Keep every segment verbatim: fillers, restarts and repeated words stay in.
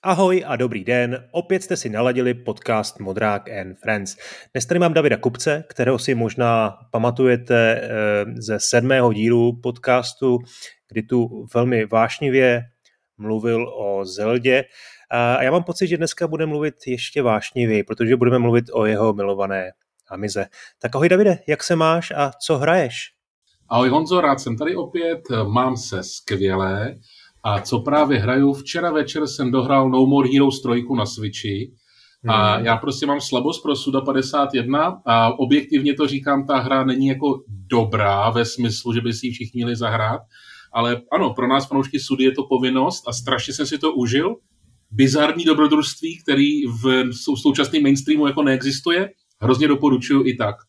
Ahoj a dobrý den, opět jste si naladili podcast Modrák and Friends. Dnes tady mám Davida Kupce, kterého si možná pamatujete ze sedmého dílu podcastu, kdy tu velmi vášnivě mluvil o Zeldě. A já mám pocit, že dneska bude mluvit ještě vášnivěji, protože budeme mluvit o jeho milované Amize. Tak ahoj Davide, jak se máš a co hraješ? Ahoj Honzo, rád jsem tady opět, mám se skvěle. A co právě hraju, včera večer jsem dohrál No More Heroes tři na Switchi a hmm. já prostě mám slabost pro Suda padesát jedna a objektivně to říkám, ta hra není jako dobrá ve smyslu, že by si ji všichni měli zahrát, ale ano, pro nás fanoušky Sudy je to povinnost a strašně jsem si to užil. Bizarní dobrodružství, který v současném mainstreamu jako neexistuje, hrozně doporučuju i tak.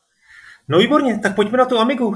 No výborně, tak pojďme na tu Amigu.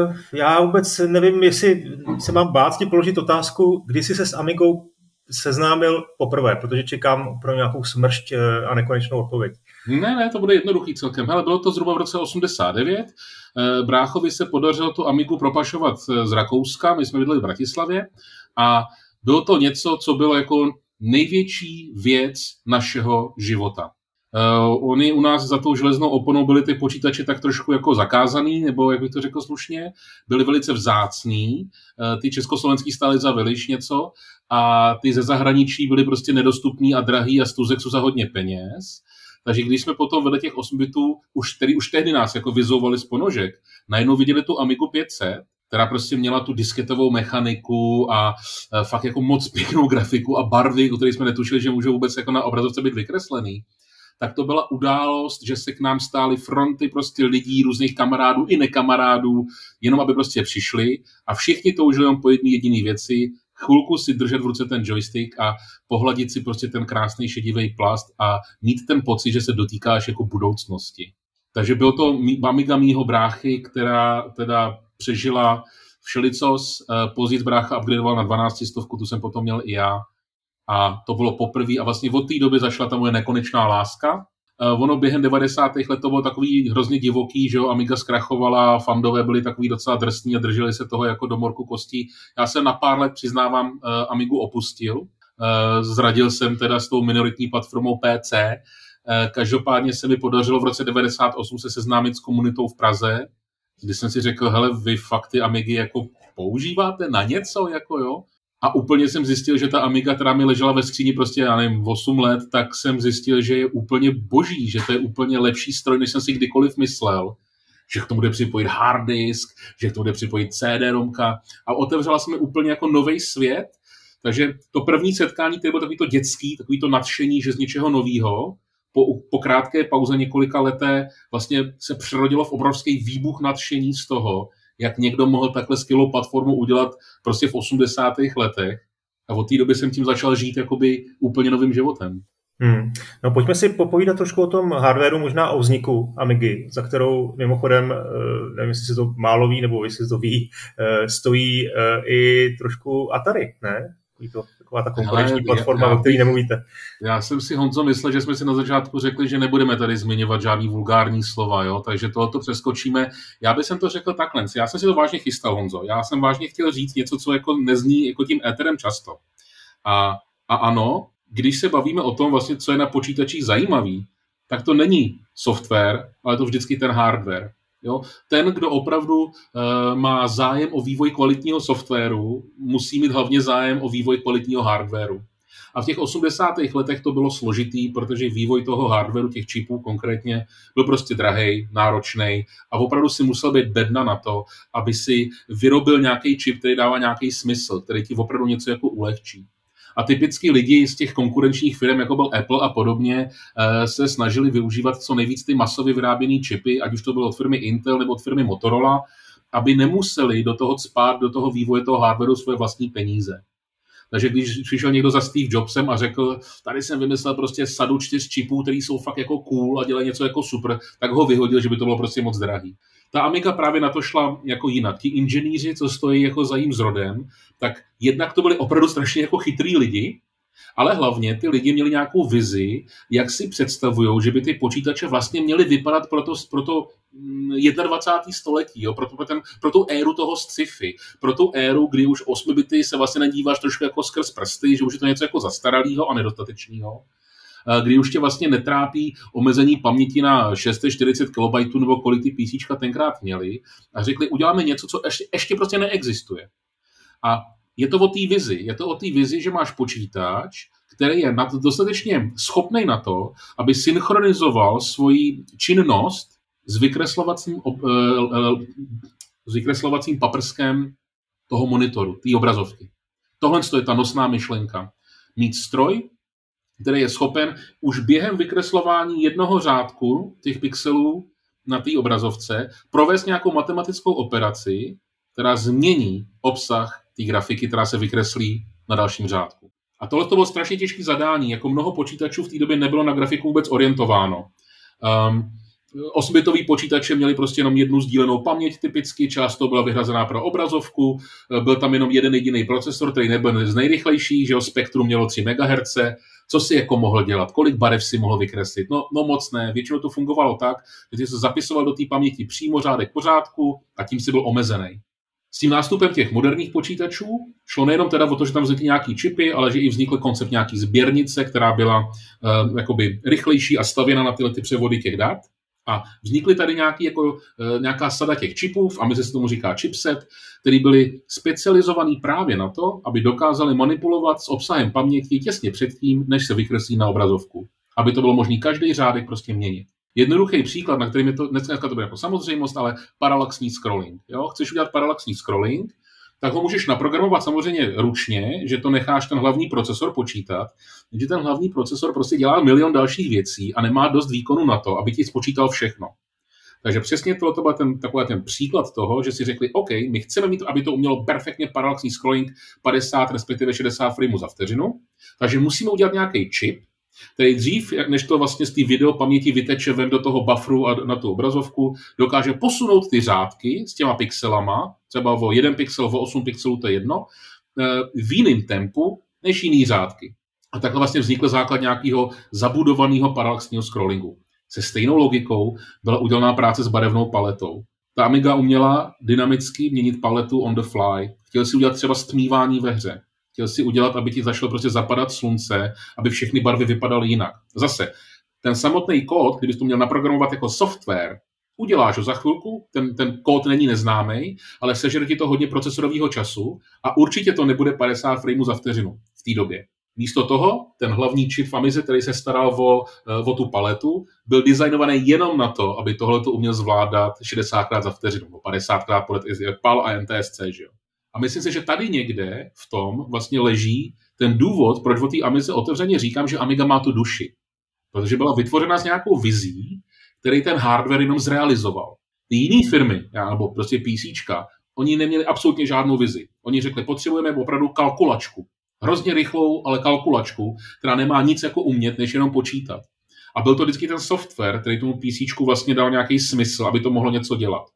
Já vůbec nevím, jestli se mám bát ti položit otázku, kdy jsi se s Amigou seznámil poprvé, protože čekám pro nějakou smršť a nekonečnou odpověď. Ne, ne, to bude jednoduchý celkem. Hele, bylo to zhruba v roce osmdesát devět. Bráchovi se podařilo tu Amigu propašovat z Rakouska, my jsme bydleli v Bratislavě a bylo to něco, co bylo jako největší věc našeho života. Uh, oni u nás za tou železnou oponou byly ty počítače tak trošku jako zakázaný, nebo jak bych to řekl slušně, byly velice vzácný, uh, ty československý stály za veliš něco a ty ze zahraničí byly prostě nedostupný a drahý a z Tuzexu za hodně peněz. Takže když jsme potom vedle těch osm bitů, už, který už tehdy nás jako vyzouvali z ponožek, najednou viděli tu Amigu pět set, která prostě měla tu disketovou mechaniku a uh, fakt jako moc pěknou grafiku a barvy, o kterých jsme netušili, že můžou vůbec jako na obrazovce být vykreslený, tak to byla událost, že se k nám stály fronty prostě lidí, různých kamarádů i nekamarádů, jenom aby prostě přišli a všichni toužili jenom po jedné jediné věci, chvilku si držet v ruce ten joystick a pohladit si prostě ten krásný šedivý plast a mít ten pocit, že se dotýkáš jako budoucnosti. Takže byl to Amiga mýho bráchy, která teda přežila všelicos, později brácha upgradeoval na dvanáctistovku, tu jsem potom měl i já. A to bylo poprvé a vlastně od té doby začala ta moje nekonečná láska. Uh, ono během devadesátých let to bylo takový hrozně divoký, že jo, Amiga zkrachovala, fandové byli takový docela drsní a drželi se toho jako do morku kostí. Já jsem na pár let, přiznávám, uh, Amigu opustil. Uh, zradil jsem teda s tou minoritní platformou P C. Uh, každopádně se mi podařilo v roce devadesát osm se seznámit s komunitou v Praze, kdy jsem si řekl, hele, vy fakt ty Amigy jako používáte na něco, jako jo? A úplně jsem zjistil, že ta Amiga, která mi ležela ve skříni prostě, já nevím, osm let, tak jsem zjistil, že je úplně boží, že to je úplně lepší stroj, než jsem si kdykoliv myslel. Že k tomu bude připojit hard disk, že k tomu bude připojit C D-romka a otevřela se mi úplně jako nový svět. Takže to první setkání, které bylo takový to dětský, takový to nadšení, že z něčeho novýho, po, po krátké pauze několika leté vlastně se přerodilo v obrovský výbuch nadšení z toho, jak někdo mohl takhle skvělou platformu udělat prostě v osmdesátých letech. A od té doby jsem tím začal žít jakoby úplně novým životem. Hmm. No pojďme si popovídat trošku o tom hardwareu, možná o vzniku Amigy, za kterou mimochodem, nevím, jestli se to málo ví, nebo jestli se to ví, stojí i trošku Atari, ne? To, taková ta konkurenční Hele, platforma, já, o které nemluvíte. Já jsem si, Honzo, myslel, že jsme si na začátku řekli, že nebudeme tady zmiňovat žádný vulgární slova, jo? Takže tohoto přeskočíme. Já bych to řekl takhle. Já jsem si to vážně chystal, Honzo. Já jsem vážně chtěl říct něco, co jako nezní jako tím éterem často. A, a ano, když se bavíme o tom, vlastně, co je na počítačích zajímavý, tak to není software, ale to vždycky ten hardware. Jo? Ten, kdo opravdu uh, má zájem o vývoj kvalitního softwaru, musí mít hlavně zájem o vývoj kvalitního hardwaru. A v těch osmdesátých letech to bylo složitý, protože vývoj toho hardwaru, těch čipů konkrétně, byl prostě drahej, náročnej a opravdu si musel být bedna na to, aby si vyrobil nějaký čip, který dává nějaký smysl, který ti opravdu něco jako ulehčí. A typicky lidi z těch konkurenčních firm, jako byl Apple a podobně, se snažili využívat co nejvíc ty masově vyráběné čipy, ať už to bylo od firmy Intel nebo od firmy Motorola, aby nemuseli do toho cpát, do toho vývoje toho hardwareu svoje vlastní peníze. Takže když přišel někdo za Steve Jobsem a řekl, tady jsem vymyslel prostě sadu čtyř čipů, který jsou fakt jako cool a dělají něco jako super, tak ho vyhodil, že by to bylo prostě moc drahý. Ta Amiga právě na to šla jako jinak. Ti inženýři, co stojí jako za jím zrodem, tak jednak to byli opravdu strašně jako chytrý lidi Ale hlavně ty lidi měli nějakou vizi, jak si představují, že by ty počítače vlastně měly vypadat pro to, pro to dvacátého prvního století, jo? Pro, pro, ten, pro tu éru toho sci-fi, pro tu éru, kdy už osmi bity se vlastně nedíváš trošku jako skrz prsty, že už je to něco jako zastaralého a nedostatečného, kdy už tě vlastně netrápí omezení paměti na šest set čtyřicet kilobajtů nebo kolik ty PCčka tenkrát měli a řekli, uděláme něco, co ještě, ještě prostě neexistuje. A je to o té vizi. Je to o té vizi, že máš počítač, který je dostatečně schopný na to, aby synchronizoval svoji činnost s vykreslovacím, s vykreslovacím paprskem toho monitoru, té obrazovky. Tohle je ta nosná myšlenka. Mít stroj, který je schopen už během vykreslování jednoho řádku těch pixelů na té obrazovce provést nějakou matematickou operaci, která změní obsah té grafiky, která se vykreslí na dalším řádku. A tohle to bylo strašně těžké zadání, jako mnoho počítačů v té době nebylo na grafiku vůbec orientováno. Um, osmibitový počítače měli prostě jenom jednu sdílenou paměť typicky, část toho byla vyhrazená pro obrazovku, byl tam jenom jeden jediný procesor, který nebyl z nejrychlejší, že jo, spektrum mělo tři megahertz, co si jako mohl dělat, kolik barev si mohl vykreslit, no, no moc ne, většinou to fungovalo tak, že ty se zapisoval do té paměti přímo řádek po řádku a tím si byl omezený. S tím nástupem těch moderních počítačů šlo nejenom teda o to, že tam vznikly nějaký čipy, ale že i vznikl koncept nějaký sběrnice, která byla uh, jakoby rychlejší a stavěna na tyhle ty převody těch dat. A vznikly tady nějaký, jako, uh, nějaká sada těch čipů, v Amize se tomu říká chipset, který byly specializovaný právě na to, aby dokázali manipulovat s obsahem paměti těsně předtím, než se vykreslí na obrazovku. Aby to bylo možné každý řádek prostě měnit. Jednoduchý příklad, na kterým je to, dneska to bude jako samozřejmost, ale paralaxní scrolling. Jo? Chceš udělat paralaxní scrolling, tak ho můžeš naprogramovat samozřejmě ručně, že to necháš ten hlavní procesor počítat, že ten hlavní procesor prostě dělá milion dalších věcí a nemá dost výkonu na to, aby ti spočítal všechno. Takže přesně tohle byl ten, takový ten příklad toho, že si řekli, OK, my chceme mít, aby to umělo perfektně paralaxní scrolling padesát, respektive šedesát frameů za vteřinu, takže musíme udělat nějaký čip, který dřív, než to vlastně z té video paměti vyteče ven do toho bufferu a na tu obrazovku, dokáže posunout ty řádky s těma pixelama, třeba o jeden pixel, o osm pixelů, to je jedno, v jiném tempu než jiný řádky. A takhle vlastně vznikl základ nějakého zabudovaného paralaxního scrollingu. Se stejnou logikou byla udělaná práce s barevnou paletou. Ta Amiga uměla dynamicky měnit paletu on the fly. Chtěl si udělat třeba stmívání ve hře. Chtěl si udělat, aby ti začalo prostě zapadat slunce, aby všechny barvy vypadaly jinak. Zase, ten samotný kód, kdybys to měl naprogramovat jako software, uděláš ho za chvilku, ten, ten kód není neznámý, ale sežere ti to hodně procesorového času a určitě to nebude padesát frameů za vteřinu v té době. Místo toho, ten hlavní čip v Amize, který se staral o, o tu paletu, byl designovaný jenom na to, aby tohle to uměl zvládat šedesátkrát za vteřinu, nebo padesátkrát podle P A L a N T S C, že jo. A myslím si, že tady někde v tom vlastně leží ten důvod, proč o té Amize otevřeně říkám, že Amiga má tu duši. Protože byla vytvořena s nějakou vizí, který ten hardware jenom zrealizoval. Ty jiné firmy, nebo prostě PCčka, oni neměli absolutně žádnou vizi. Oni řekli, potřebujeme opravdu kalkulačku. Hrozně rychlou, ale kalkulačku, která nemá nic jako umět, než jenom počítat. A byl to vždycky ten software, který tomu PCčku vlastně dal nějaký smysl, aby to mohlo něco dělat.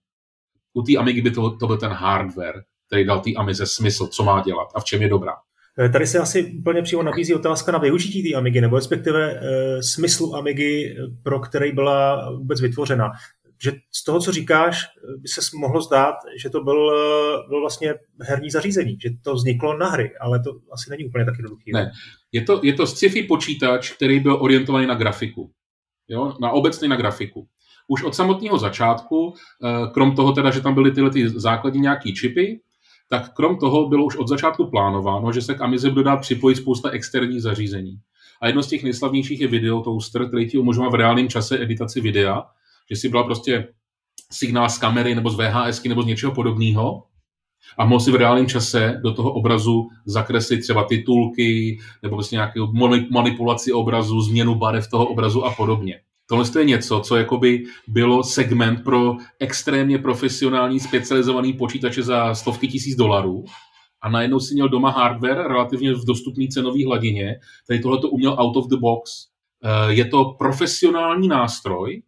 U té Amigy by to, to byl ten hardware, který dal té Amize smysl, co má dělat a v čem je dobrá. Tady se asi úplně přímo nabízí otázka na využití té Amigy, nebo respektive e, smyslu Amigy, pro který byla vůbec vytvořena. Že z toho, co říkáš, by se mohlo zdát, že to byl, byl vlastně herní zařízení, že to vzniklo na hry, ale to asi není úplně tak jednoduchý. Ne, je to, je to sci-fi počítač, který byl orientovaný na grafiku. Jo? Na obecně na grafiku. Už od samotného začátku, krom toho teda, že tam byly tyhle ty základní nějaký čipy, tak krom toho bylo už od začátku plánováno, že se k Amize bude dát připojit spousta externích zařízení. A jedno z těch nejslavnějších je Video Toaster, který ti umožňoval v reálném čase editaci videa, že si byla prostě signál z kamery nebo z VHSky nebo z něčeho podobného a mohl si v reálném čase do toho obrazu zakreslit třeba titulky nebo prostě nějakou manipulaci obrazu, změnu barev toho obrazu a podobně. Tohle je něco, co jakoby bylo segment pro extrémně profesionální specializovaný počítače za stovky tisíc dolarů a najednou si měl doma hardware relativně v dostupné cenové hladině, který tohleto uměl out of the box. Je to profesionální nástroj,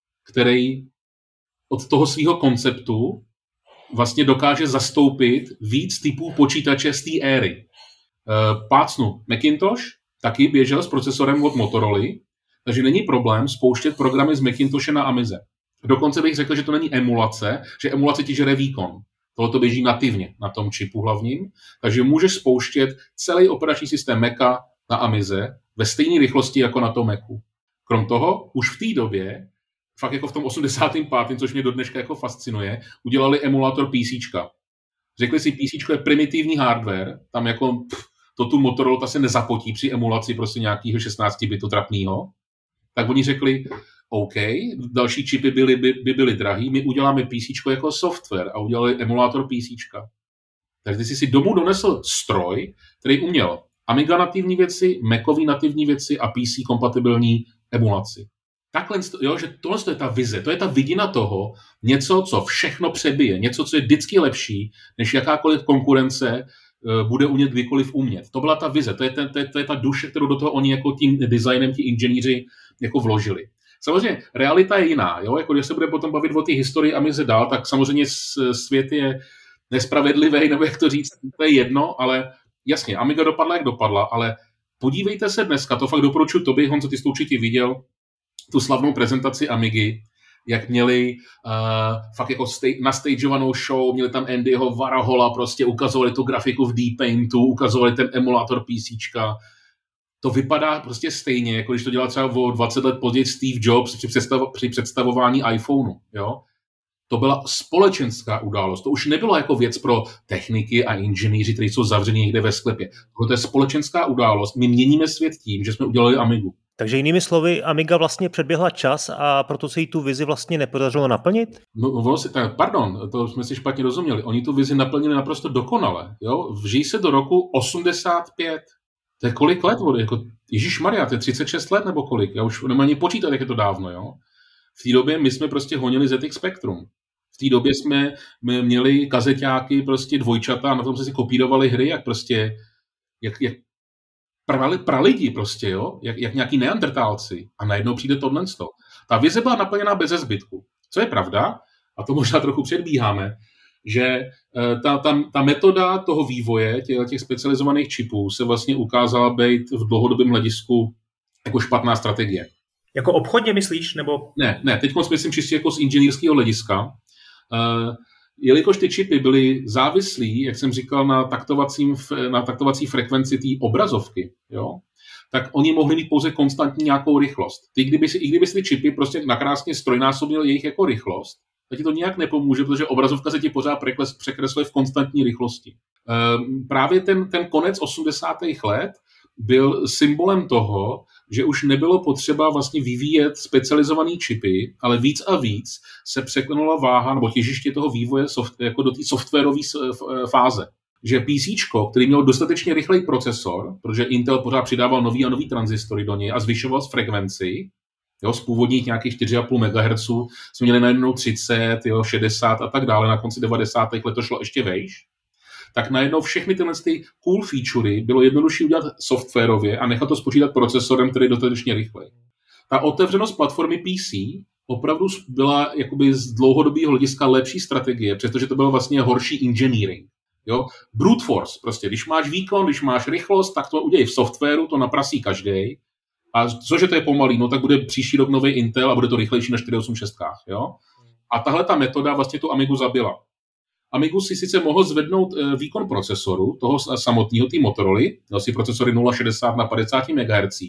který od toho svého konceptu vlastně dokáže zastoupit víc typů počítače z té éry. Plácnu Macintosh, taky běžel s procesorem od Motorola, takže není problém spouštět programy z Macintoshe na Amize. Dokonce bych řekl, že to není emulace, že emulace ti žere výkon. Tohle to běží nativně na tom čipu hlavním, takže můžeš spouštět celý operační systém Maca na Amize ve stejné rychlosti jako na tom Macu. Krom toho, už v té době, fakt jako v tom osmdesátém pátém, což mě do dneška jako fascinuje, udělali emulátor PCčka. Řekli si, PCčko je primitivní hardware, tam jako pff, to tu Motorola ta se nezapotí při emulaci prostě nějakého šestnáct bitu trapnýho. Tak oni řekli, OK, další čipy byly, by, by byly drahý, my uděláme PCčko jako software a udělali emulátor PCčka. Takže ty jsi si domů donesl stroj, který uměl Amiga nativní věci, Macový nativní věci a P C kompatibilní emulaci. Takhle, jo, že tohle je ta vize, to je ta vidina toho, něco, co všechno přebije, něco, co je vždycky lepší, než jakákoliv konkurence uh, bude umět kdykoliv umět. To byla ta vize, to je, ten, to, je, to je ta duše, kterou do toho oni jako tím designem, ti inženýři jako vložili. Samozřejmě realita je jiná, jo? Jako když se bude potom bavit o té historii Amize dál, tak samozřejmě svět je nespravedlivý, nebo jak to říct, to je jedno, ale jasně, Amiga dopadla, jak dopadla, ale podívejte se dneska, to fakt doporučuji tobě, Honzo, ty jsi to určitě viděl, tu slavnou prezentaci Amigy, jak měli uh, fakt jako stay, nastageovanou show, měli tam Andyho Warhola, prostě ukazovali tu grafiku v D-Paintu, ukazovali ten emulátor PCčka. To vypadá prostě stejně, jako když to dělal třeba o dvacet let později Steve Jobs při, představ, při představování iPhoneu, jo. To byla společenská událost. To už nebylo jako věc pro techniky a inženýři, kteří jsou zavřeni někde ve sklepě. To je společenská událost. My měníme svět tím, že jsme udělali Amigu. Takže jinými slovy, Amiga vlastně předběhla čas a proto se jí tu vizi vlastně nepodařilo naplnit? No, pardon, to jsme si špatně rozuměli. Oni tu vizi naplnili naprosto dokonale. Jo? Vžij se do roku osmdesát pět. To je kolik let? Jako, ježišmarja, to je třicet šest let nebo kolik? Já už nemám ani počítat, jak je to dávno. Jo? V té době my jsme prostě honili Z X Spectrum. V té době jsme měli kazeťáky, prostě dvojčata a na tom se si kopírovali hry, jak prostě, jak, jak prali, pralidi prostě, jo? Jak, jak nějaký neandertálci. A najednou přijde tohle. Ta vize byla naplněná bez zbytku. Co je pravda, a to možná trochu předbíháme, že ta, ta, ta metoda toho vývoje těch, těch specializovaných čipů se vlastně ukázala být v dlouhodobém hledisku jako špatná strategie. Jako obchodně myslíš? Nebo? Ne, ne, teď myslím čistě jako z inženýrského hlediska. Uh, jelikož ty čipy byly závislí, jak jsem říkal, na, taktovacím, na taktovací frekvenci té obrazovky, jo, tak oni mohli mít pouze konstantní nějakou rychlost. Ty, kdyby si, i kdyby si ty čipy prostě nakrásně strojnásobnil jejich jako rychlost, tak ti to nijak nepomůže, protože obrazovka se ti pořád překresluje v konstantní rychlosti. Uh, právě ten, ten konec osmdesátých let byl symbolem toho, že už nebylo potřeba vlastně vyvíjet specializované čipy, ale víc a víc se překlenula váha nebo těžiště toho vývoje soft, jako do té softwarové fáze. Že PCčko, který měl dostatečně rychlej procesor, protože Intel pořád přidával nový a nový tranzistory do něj a zvyšoval frekvenci, jo, z původních nějakých čtyři a půl megahertzu jsme měli najednou třicet, jo, šedesát a tak dále, na konci devadesátých let to šlo ještě vejš. Tak najednou všechny tyhle ty cool featurey bylo jednodušší udělat softwarově a nechat to spočítat procesorem, který je dostatečně rychlej. Ta otevřenost platformy P C opravdu byla jakoby z dlouhodobého hlediska lepší strategie, přestože to byl vlastně horší engineering. Jo? Brute force, prostě, když máš výkon, když máš rychlost, tak to udělej v softwaru, to naprasí každej. A cože to je pomalý, no tak bude příští rok nový Intel a bude to rychlejší na čtyři osm šest. Jo? A tahle ta metoda vlastně tu Amigu zabila. Amigu si sice mohl zvednout výkon procesoru, toho samotného, té Motorola, měl si procesory nula šedesát na padesát megahertzů,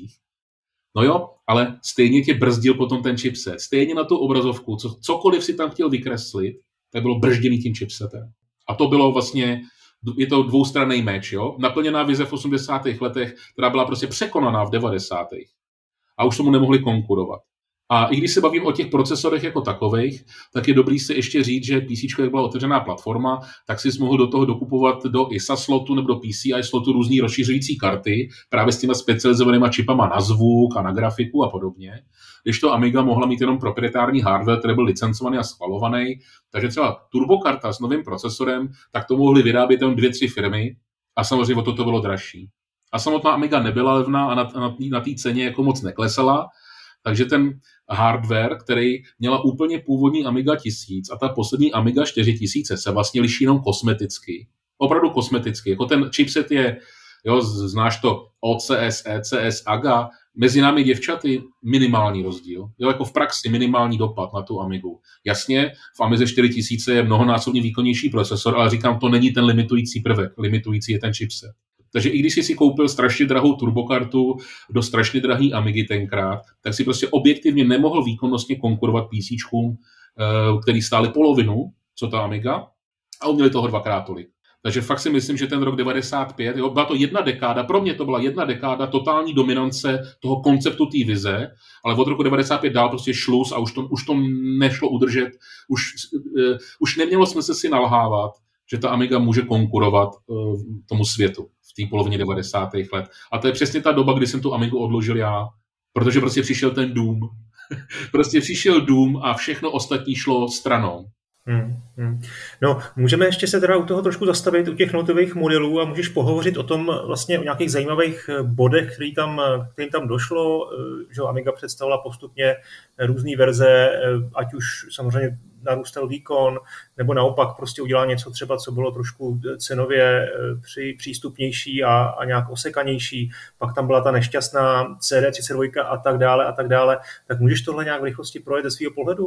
no jo, ale stejně tě brzdil potom ten chipset. Stejně na tu obrazovku, co, cokoliv si tam chtěl vykreslit, tak bylo bržděný tím chipsetem. A to bylo vlastně, je to dvoustranný meč, jo? Naplněná vize v osmdesátých letech, která byla prostě překonaná v devadesátých. A už tomu nemohli konkurovat. A i když se bavím o těch procesorech jako takových, tak je dobrý se ještě říct, že PCčko, jak byla otevřená platforma, tak si mohl do toho dokupovat do I S A slotu nebo do P C I slotu různý rozšiřující karty, právě s těma specializovanýma čipama na zvuk a na grafiku a podobně. Když to Amiga mohla mít jenom proprietární hardware, který byl licencovaný a schvalovaný, takže třeba turbokarta s novým procesorem, tak to mohly vyrábět jen dvě, tři firmy a samozřejmě o to to bylo dražší. A samotná Amiga nebyla levná a na, na, na té ceně jako moc neklesala. Takže ten hardware, který měla úplně původní Amiga tisíc a ta poslední Amiga čtyři tisíce se vlastně liší jenom kosmeticky. Opravdu kosmeticky. Jako ten chipset je Jo, znáš to O C S, E C S, A G A, mezi námi děvčaty minimální rozdíl. Jo, jako v praxi minimální dopad na tu Amigu. Jasně, v Amize čtyři tisíce je mnohonásobně výkonnější procesor, ale říkám, to není ten limitující prvek. Limitující je ten chipset. Takže i když jsi si koupil strašně drahou turbokartu do strašně drahý Amigy tenkrát, tak si prostě objektivně nemohl výkonnostně konkurovat PCčkům, který stály polovinu, co ta Amiga, a uměli toho dvakrát tolik. Takže fakt si myslím, že ten rok devadesát pět, jo, byla to jedna dekáda, pro mě to byla jedna dekáda totální dominance toho konceptu té vize, ale od roku devadesát pět dál prostě šluz a už to, už to nešlo udržet, už, uh, už nemělo smysl si nalhávat, že ta Amiga může konkurovat uh, tomu světu v té polovině devadesátých let. A to je přesně ta doba, kdy jsem tu Amigu odložil já, protože prostě přišel ten Doom. prostě přišel Doom a všechno ostatní šlo stranou. Hmm, hmm. No, můžeme ještě se teda u toho trošku zastavit, u těch notových modelů a můžeš pohovořit o tom vlastně o nějakých zajímavých bodech, který tam, kterým tam došlo, že Amiga představila postupně různé verze, ať už samozřejmě narůstal výkon, nebo naopak prostě udělal něco třeba, co bylo trošku cenově při, přístupnější a, a nějak osekanější. Pak tam byla ta nešťastná C D třicet dva a tak dále a tak dále. Tak můžeš tohle nějak v rychlosti projet ze svého pohledu?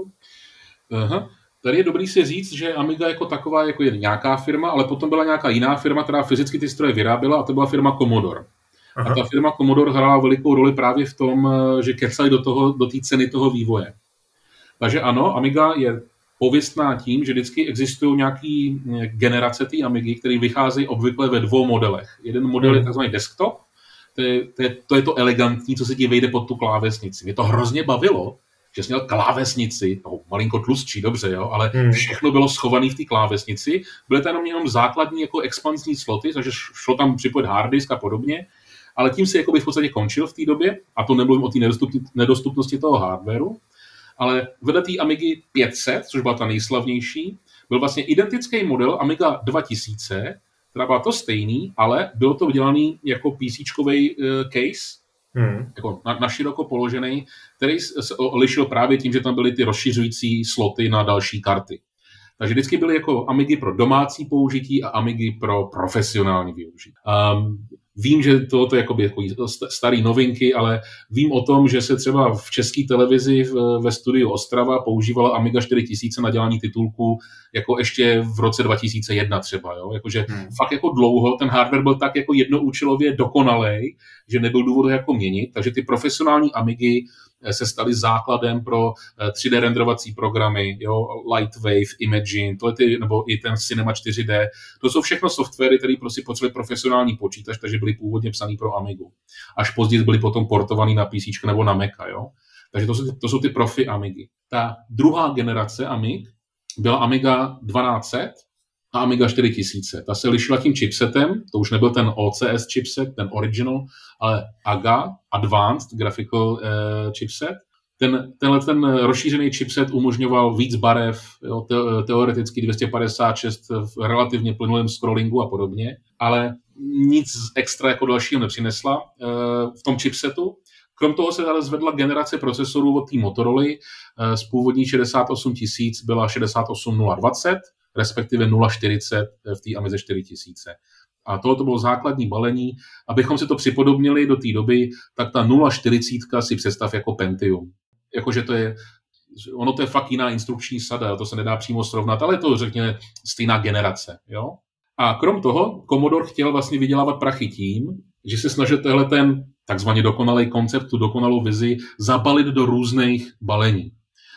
Aha. Tady je dobrý si říct, že Amiga jako taková jako je nějaká firma, ale potom byla nějaká jiná firma, která fyzicky ty stroje vyráběla, a to byla firma Commodore. Aha. A ta firma Commodore hrála velikou roli právě v tom, že kecali do toho, do té ceny toho vývoje. Takže ano, Amiga je pověstná tím, že vždycky existují nějaký generace té Amigy, které vycházejí obvykle ve dvou modelech. Jeden model hmm. je takzvaný desktop, to je, to, je, to je to elegantní, co se ti vejde pod tu klávesnici. Mě to hrozně bavilo, že jsi měl klávesnici, no, malinko tlustší, dobře, jo, ale hmm. všechno bylo schované v té klávesnici. Byly tam jenom základní jako expansní sloty, takže šlo tam připojit hard disk a podobně, ale tím si jakoby v podstatě končil v té době, a to nemluvím o té nedostupnosti toho hardwareu, ale vedle té Amigy pět set, což byla ta nejslavnější, byl vlastně identický model Amiga dva tisíce, která byla to stejný, ale bylo to udělaný jako PCčkovej uh, case, Hmm. jako na, na široko položený, který se lišil právě tím, že tam byly ty rozšiřující sloty na další karty. Takže vždycky byly jako Amigy pro domácí použití a Amigy pro profesionální využití. Um, vím, že to je jako starý novinky, ale vím o tom, že se třeba v české televizi v, ve studiu Ostrava používala Amiga čtyři tisíce na dělání titulků jako ještě v roce dva tisíce jedna třeba. Jo? Jakože hmm. fakt jako dlouho ten hardware byl tak jako jednoúčelově dokonalej, že nebyl důvod ho jako měnit, takže ty profesionální Amigy se staly základem pro tři dé renderovací programy, jo, Lightwave, Imagine, tohle ty, nebo i ten Cinema čtyři dé. To jsou všechno softwary, které prostě potřebuje profesionální počítač, takže byly původně psaný pro Amigu. Až později byly potom portovaný na P C nebo na Maca, jo. Takže to jsou, to jsou ty profi Amigy. Ta druhá generace Amig byla Amiga dvanáct set a Amiga čtyři tisíce. Ta se lišila tím chipsetem, to už nebyl ten O C S chipset, ten original, ale A G A, Advanced Graphical uh, Chipset. Ten, tenhle ten rozšířený chipset umožňoval víc barev, jo, te, teoreticky dvě stě padesát šest v relativně plynulém scrollingu a podobně, ale nic extra jako dalšího nepřinesla uh, v tom chipsetu. Krom toho se ale zvedla generace procesorů od té Motorola. Uh, z původní šedesát osm tisíc byla šedesát osm nula dvacet, respektive nula čtyřicet v té Amize čtyři tisíce. A tohle to bylo základní balení. Abychom si to připodobnili do té doby, tak ta nula čtyřicet si představ jako Pentium. Jakože to je, ono to je fakt jiná instrukční sada, to se nedá přímo srovnat, ale je to, řekněme, stejná generace. Jo? A krom toho, Commodore chtěl vlastně vydělávat prachy tím, že se snažil tenhle ten takzvaně dokonalý koncept, tu dokonalou vizi zabalit do různých balení.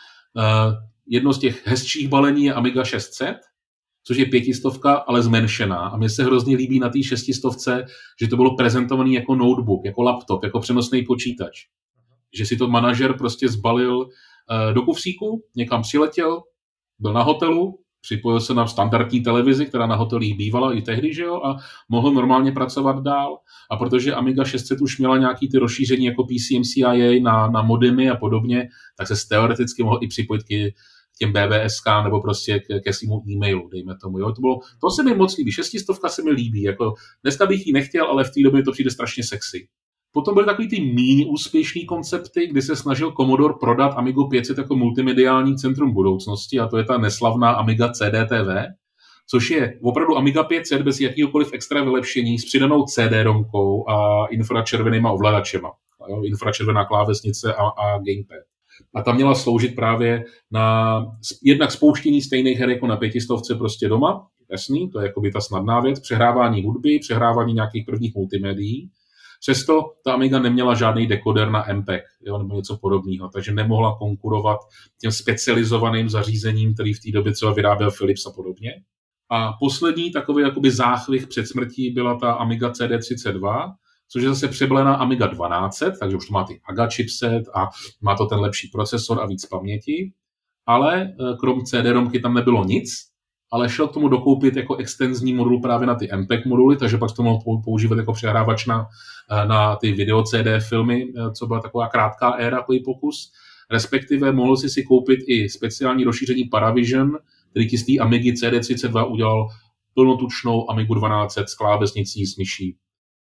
Uh, jedno z těch hezčích balení je Amiga šest set, což je pětistovka, ale zmenšená. A mně se hrozně líbí na té šestistovce, že to bylo prezentovaný jako notebook, jako laptop, jako přenosný počítač. Že si to manažer prostě zbalil uh, do kufříku, někam přiletěl, byl na hotelu, připojil se na standardní televizi, která na hotelích bývala i tehdy, že jo, a mohl normálně pracovat dál. A protože Amiga šest set už měla nějaký ty rozšíření jako P C M C I A na, na modemy a podobně, tak se teoreticky mohl i připojit k těm B B S K nebo prostě ke, ke svému e-mailu, dejme tomu. Jo. To, bylo, to se mi moc líbí. Šestistovka se mi líbí. Jako, dneska bych ji nechtěl, ale v té době to přijde strašně sexy. Potom byly takový ty méně úspěšný koncepty, kdy se snažil Commodore prodat Amigu pět set jako multimediální centrum budoucnosti, a to je ta neslavná Amiga C D T V, což je opravdu Amiga pět set bez jakýkoliv extra vylepšení s přidanou C D-romkou a infračervenýma ovladačema. Infračervená klávesnice a, a gamepad. A ta měla sloužit právě na jednak spouštění stejných her jako na pětistovce prostě doma, jasný, to je jakoby ta snadná věc, přehrávání hudby, přehrávání nějakých prvních multimédií. Přesto ta Amiga neměla žádný dekoder na M P E G, jo, nebo něco podobného, takže nemohla konkurovat těm specializovaným zařízením, který v té době třeba vyráběl Philips a podobně. A poslední takový jakoby záchvih před smrtí byla ta Amiga C D třicet dva, což je zase přeblená Amiga dvanáct set, takže už to má ty A G A chipset a má to ten lepší procesor a víc paměti, ale krom C D-romky tam nebylo nic, ale šel k tomu dokoupit jako extenzní modul právě na ty M P E G moduly, takže pak to mohl používat jako přehrávač na, na ty video C D filmy, co byla taková krátká éra, takový pokus. Respektive mohl si si koupit i speciální rozšíření Paravision, který ti z té Amigy C D třicet dva udělal plnotučnou Amigu dvanáct set s klávesnicí, s myší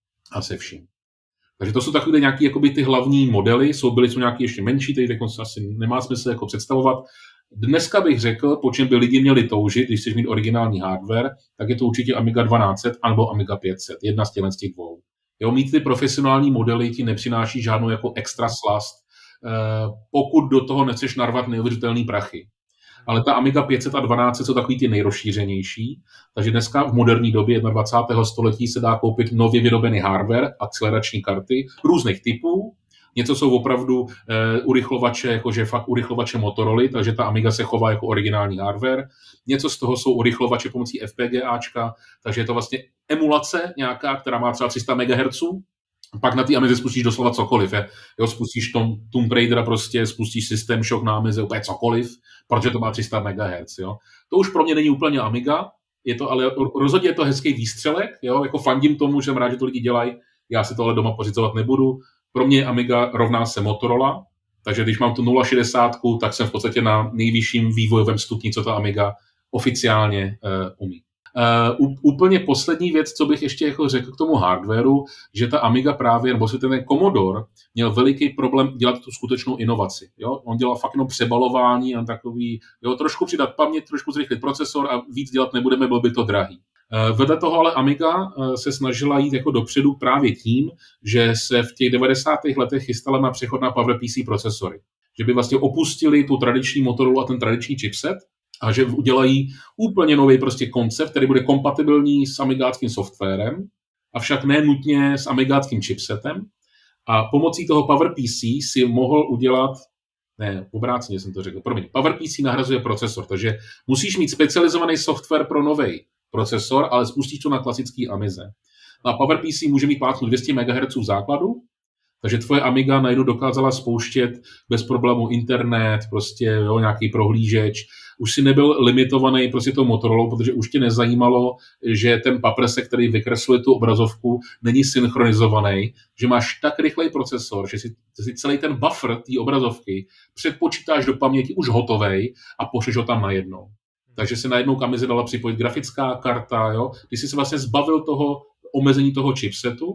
a se vším. Takže to jsou takové nějaké jakoby ty hlavní modely, jsou byly jsou nějaké ještě menší, tady asi nemá smysl jako představovat. Dneska bych řekl, po čem by lidi měli toužit, když chceš mít originální hardware, tak je to určitě Amiga dvanáct set anebo Amiga pět set, jedna z těch z těch dvou. Jo, mít ty profesionální modely ti nepřináší žádnou jako extra slast, eh, pokud do toho nechceš narvat neuvěřitelný prachy. Ale ta Amiga pět set a dvanáct set jsou takový ty nejrozšířenější, takže dneska v moderní době dvacátého prvního století se dá koupit nově vyrobený hardware, akcelerační karty různých typů. Něco jsou opravdu e, urychlovače, jakože fakt urychlovače Motorola, takže ta Amiga se chová jako originální hardware. Něco z toho jsou urychlovače pomocí FPGAčka, takže je to vlastně emulace nějaká, která má třeba tři sta megahertzů. Pak na té Amize spustíš doslova cokoliv. Je. Jo, spustíš tom Tomb Raidera prostě, spustíš System Shock na Amize, úplně cokoliv, protože to má tři sta megahertzů. Jo. To už pro mě není úplně Amiga, je to, ale rozhodně je to hezký výstřelek, jo, jako fandím tomu, že jsem rád, že to lidi dělají, já si tohle doma pořizovat nebudu. Pro mě Amiga rovná se Motorola, takže když mám tu nula šedesát, tak jsem v podstatě na nejvyšším vývojovém stupni, co ta Amiga oficiálně uh, umí. Uh, úplně poslední věc, co bych ještě jako řekl k tomu hardwareu, že ta Amiga právě, nebo ten Commodore, měl veliký problém dělat tu skutečnou inovaci. Jo? On dělal fakt jenom přebalování a takový, jo, trošku přidat paměť, trošku zrychlit procesor a víc dělat nebudeme, byl by to drahý. Uh, vedle toho ale Amiga uh, se snažila jít jako dopředu právě tím, že se v těch devadesátých letech chystala na přechod na PowerPC procesory. Že by vlastně opustili tu tradiční Motorola a ten tradiční chipset, a že udělají úplně nový prostě koncept, který bude kompatibilní s amigáckým softwarem, avšak ne nutně s amigáckým chipsetem. A pomocí toho PowerPC si mohl udělat, ne, obráceně jsem to řekl, promiň, PowerPC nahrazuje procesor, takže musíš mít specializovaný software pro nový procesor, ale spustíš to na klasický Amize. A PowerPC může mít plácnu dvě stě megahertzů v základu, takže tvoje Amiga najednou dokázala spouštět bez problému internet, prostě jo, nějaký prohlížeč. Už si nebyl limitovaný prostě tou Motorola, protože už tě nezajímalo, že ten paprsek, který vykresluje tu obrazovku, není synchronizovaný, že máš tak rychlej procesor, že si, si celý ten buffer té obrazovky předpočítáš do paměti už hotovej a pošleš ho tam najednou. Takže se najednou k Amize dala připojit grafická karta, jo. Ty jsi se vlastně zbavil toho omezení toho chipsetu,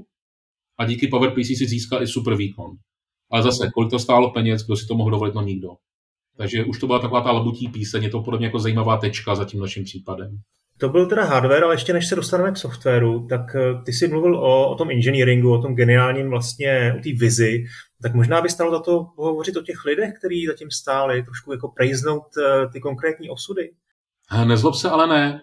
a díky PowerPC si získal i super výkon. Ale zase, kolik to stálo peněz, kdo si to mohl dovolit, no nikdo. Takže už to byla taková ta labutí píseň, je to podobně jako zajímavá tečka za tím naším případem. To byl teda hardware, ale ještě než se dostaneme k softwaru, tak ty jsi mluvil o, o tom engineeringu, o tom geniálním vlastně, o té vizi, tak možná by stalo za to hovořit o těch lidech, kteří zatím stáli, trošku jako prejznout ty konkrétní osudy. Nezlob se, ale ne.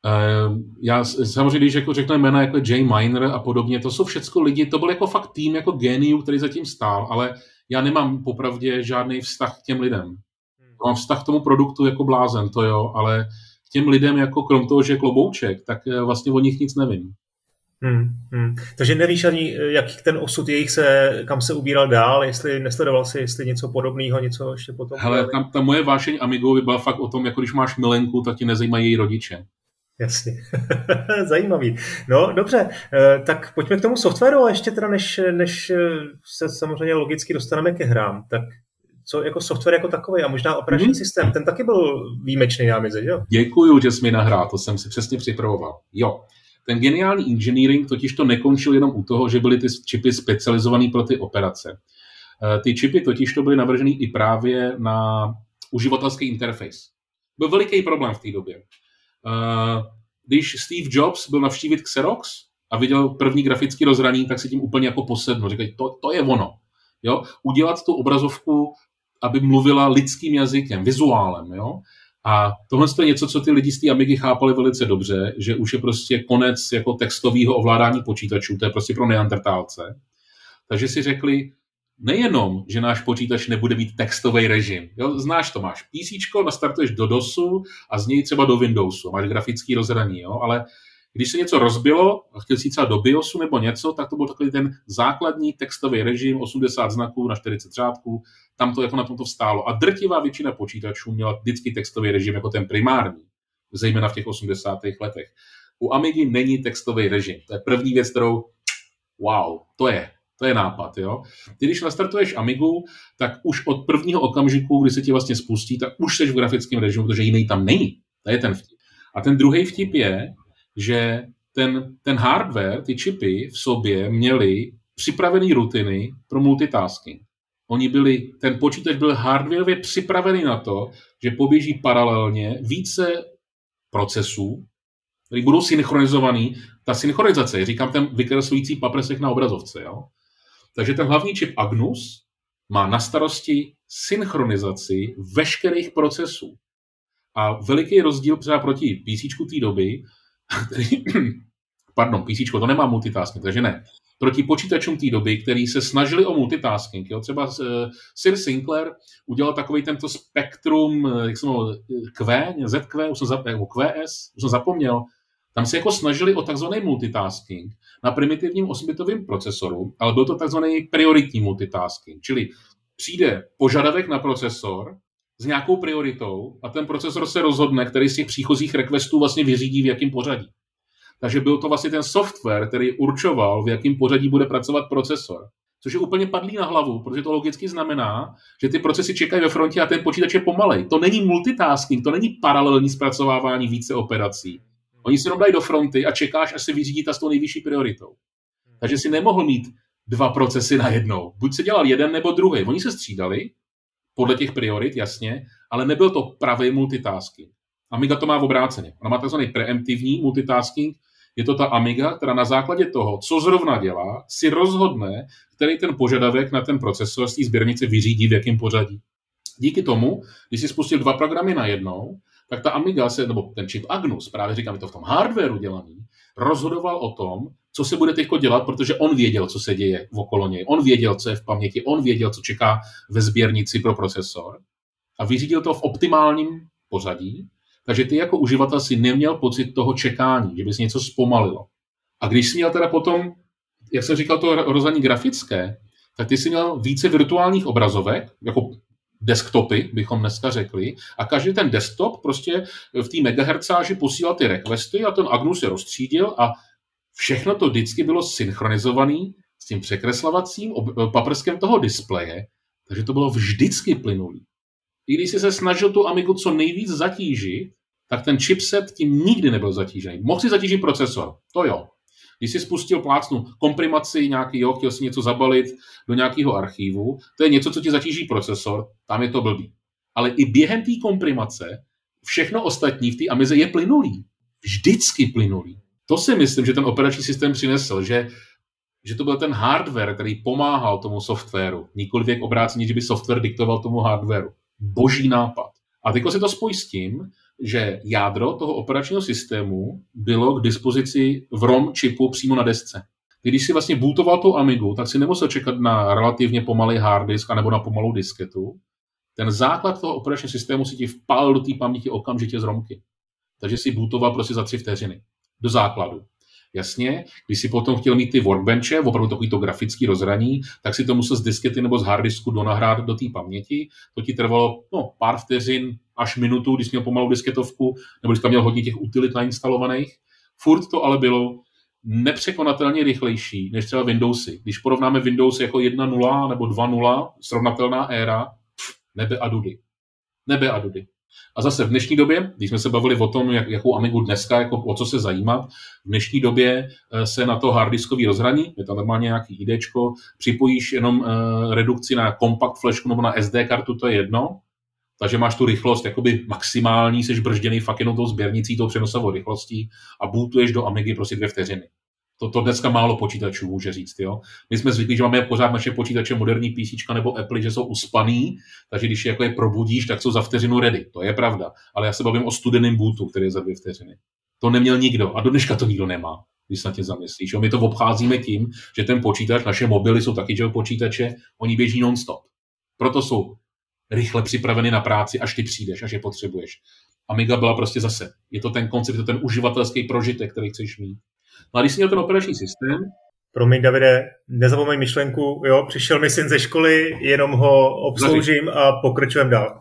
Já samozřejmě, když jako řeknu jména jako Jay Miner a podobně, to jsou všechno lidi, to byl jako fakt tým jako géniů, který zatím stál, ale já nemám popravdě žádný vztah k těm lidem. Mám vztah k tomu produktu jako blázen, to jo, ale k těm lidem jako krom toho, že je klobouček, tak vlastně o nich nic nevím. Hmm, hmm. Takže nevíš ani, jak ten osud jejich se, kam se ubíral dál, jestli nesledoval si, jestli něco podobného, něco ještě potom. Hele, ta, ta moje vášeň Amigovi byla fakt o tom, jako když máš milenku, tak ti nezajímají její rodiče. Jasně. Zajímavý. No dobře, tak pojďme k tomu softwaru, a ještě teda než, než se samozřejmě logicky dostaneme ke hrám, tak co jako software jako takový a možná operační mm-hmm. systém, ten taky byl výjimečný na Amize, jo? Děkuju, že jsi mi nahrál, to jsem si přesně připravoval. Jo, ten geniální engineering totiž to nekončil jenom u toho, že byly ty čipy specializované pro ty operace. Ty čipy totiž to byly navržený i právě na uživatelský interface. Byl veliký problém v té době. Uh, když Steve Jobs byl navštívit Xerox a viděl první grafický rozhraní, tak si tím úplně jako posednul. Říkají, to, to je ono. Jo? Udělat tu obrazovku, aby mluvila lidským jazykem, vizuálem. Jo? A tohle je něco, co ty lidi z té Amigy chápali velice dobře, že už je prostě konec jako textového ovládání počítačů, to je prostě pro neandertálce. Takže si řekli, nejenom, že náš počítač nebude mít textový režim. Jo? Znáš to, máš PCčko, nastartuješ do DOSu a z něj třeba do Windowsu, máš grafický rozhraní, jo? Ale když se něco rozbilo a chtěl si třeba do BIOSu nebo něco, tak to byl takový ten základní textový režim, osmdesát znaků na čtyřicet řádků, tam to jako na tom to vstálo. A drtivá většina počítačů měla vždycky textový režim jako ten primární, zejména v těch osmdesátých letech. U Amigy není textový režim. To je první věc, kterou, wow, to je, to je nápad. Jo? Ty, když nastartuješ Amigu, tak už od prvního okamžiku, kdy se ti vlastně spustí, tak už jsi v grafickém režimu, protože jiný tam není. To je ten vtip. A ten druhý vtip je, že ten, ten hardware, ty čipy v sobě měly připravené rutiny pro multitasking. Oni byli, ten počítač byl hardwareově připravený na to, že poběží paralelně více procesů, které budou synchronizovaný. Ta synchronizace, říkám ten vykreslující paprsek na obrazovce. Jo? Takže ten hlavní čip Agnus má na starosti synchronizaci veškerých procesů. A veliký rozdíl třeba proti PCčku té doby, který, pardon, PCčko, to nemá multitasking, takže ne. Proti počítačům té doby, který se snažili o multitasking. Jo? Třeba uh, Sir Sinclair udělal takový tento spektrum, jak jsem mluvil, Q, Z Q, už jsem zap, nebo Q S, už jsem zapomněl. Tam se jako snažili o takzvaný multitasking na primitivním osmibitovém procesoru, ale byl to takzvaný prioritní multitasking, čili přijde požadavek na procesor s nějakou prioritou a ten procesor se rozhodne, který z těch příchozích requestů vlastně vyřídí v jakém pořadí. Takže byl to vlastně ten software, který určoval, v jakém pořadí bude pracovat procesor. Což je úplně padlý na hlavu, protože to logicky znamená, že ty procesy čekají ve frontě a ten počítač je pomalej. To není multitasking, to není paralelní zpracovávání více operací. Oni si jenom dají do fronty a čekáš, až se vyřídí ta s tou nejvyšší prioritou. Takže si nemohl mít dva procesy najednou. Buď se dělal jeden nebo druhý. Oni se střídali, podle těch priorit, jasně, ale nebyl to pravý multitasking. Amiga to má v obráceně. Ona má takzvaný preemptivní multitasking. Je to ta Amiga, která na základě toho, co zrovna dělá, si rozhodne, který ten požadavek na ten procesor z té sběrnice vyřídí v jakém pořadí. Díky tomu, když si spustil dva programy najednou, tak ta Amiga, se, nebo ten čip Agnus, právě říkám, je to v tom hardwareu dělaný, rozhodoval o tom, co se bude teďko dělat, protože on věděl, co se děje okolo něj. On věděl, co je v paměti, on věděl, co čeká ve sběrnici pro procesor a vyřídil to v optimálním pořadí, takže ty jako uživatel si neměl pocit toho čekání, že by se něco zpomalilo. A když jsi měl teda potom, jak jsem říkal, to rozhraní grafické, tak ty jsi měl více virtuálních obrazovek, jako desktopy, bychom dneska řekli, a každý ten desktop prostě v té megahertzáži posílal ty requesty a ten Agnus se rozstřídil a všechno to vždycky bylo synchronizované s tím překreslovacím paprskem toho displeje, takže to bylo vždycky plynulý. I když jsi se snažil tu Amigu co nejvíc zatížit, tak ten chipset tím nikdy nebyl zatížený. Mohl si zatížit procesor, to jo. Když jsi spustil plácnu komprimaci nějaký, jo, chtěl si něco zabalit do nějakého archivu, to je něco, co ti zatíží procesor, tam je to blbý. Ale i během té komprimace všechno ostatní v té Amize je plynulý. Vždycky plynulý. To si myslím, že ten operační systém přinesl, že, že to byl ten hardware, který pomáhal tomu softwaru. Nikoliv jak obráceně, že by software diktoval tomu hardwaru. Boží nápad. A teď si to spojí s tím, že jádro toho operačního systému bylo k dispozici v ROM čipu přímo na desce. Když si vlastně bootoval tou Amigu, tak si nemusel čekat na relativně pomalý hard disk anebo na pomalou disketu. Ten základ toho operačního systému si ti vpálil do té paměti okamžitě z ROMky. Takže si bootoval prostě za tři vteřiny. Do základu. Jasně, když si potom chtěl mít ty workbenche, opravdu takovýto grafický rozhraní, tak si to musel z diskety nebo z harddisku donahrát do té paměti. To ti trvalo no, pár vteřin až minutu, když jsi měl pomalou disketovku, nebo když tam měl hodně těch utilit nainstalovaných. Furt to ale bylo nepřekonatelně rychlejší než třeba Windowsy. Když porovnáme Windows jako jedna nula nebo dva nula, srovnatelná éra, pff, nebe a dudy. Nebe a dudy. A zase v dnešní době, když jsme se bavili o tom, jak, jakou Amigu dneska, jako, o co se zajímat, v dnešní době se na to harddiskový rozhraní, je tam normálně nějaký IDčko, připojíš jenom uh, redukci na kompakt flashku nebo na S D kartu, to je jedno, Takže máš tu rychlost jakoby maximální, jsi bržděný fakt jenom tou sběrnicí, tou přenosovou rychlostí a bootuješ do Amigy prostě dvě vteřiny. To, to dneska málo počítačů může říct. Jo? My jsme zvyklí, že máme pořád naše počítače, moderní PCčka nebo Apple, že jsou uspaný, takže když je, jako je probudíš, tak jsou za vteřinu ready. To je pravda. Ale já se bavím o studeném bootu, který je za dvě vteřiny. To neměl nikdo a do dneška to nikdo nemá, když se na tě zamyslíš. Jo? My to obcházíme tím, že ten počítač, naše mobily jsou taky že počítače, oni běží non-stop. Proto jsou rychle připraveny na práci, až ty přijdeš, až je potřebuješ. Amiga byla prostě zase. Je to ten koncept, je to ten uživatelský prožitek, který chceš mít. No a když jsi měl ten operační systém... Promiň, Davide, nezapomeň myšlenku, jo, přišel mi syn ze školy, jenom ho obsloužím a pokračujeme dál.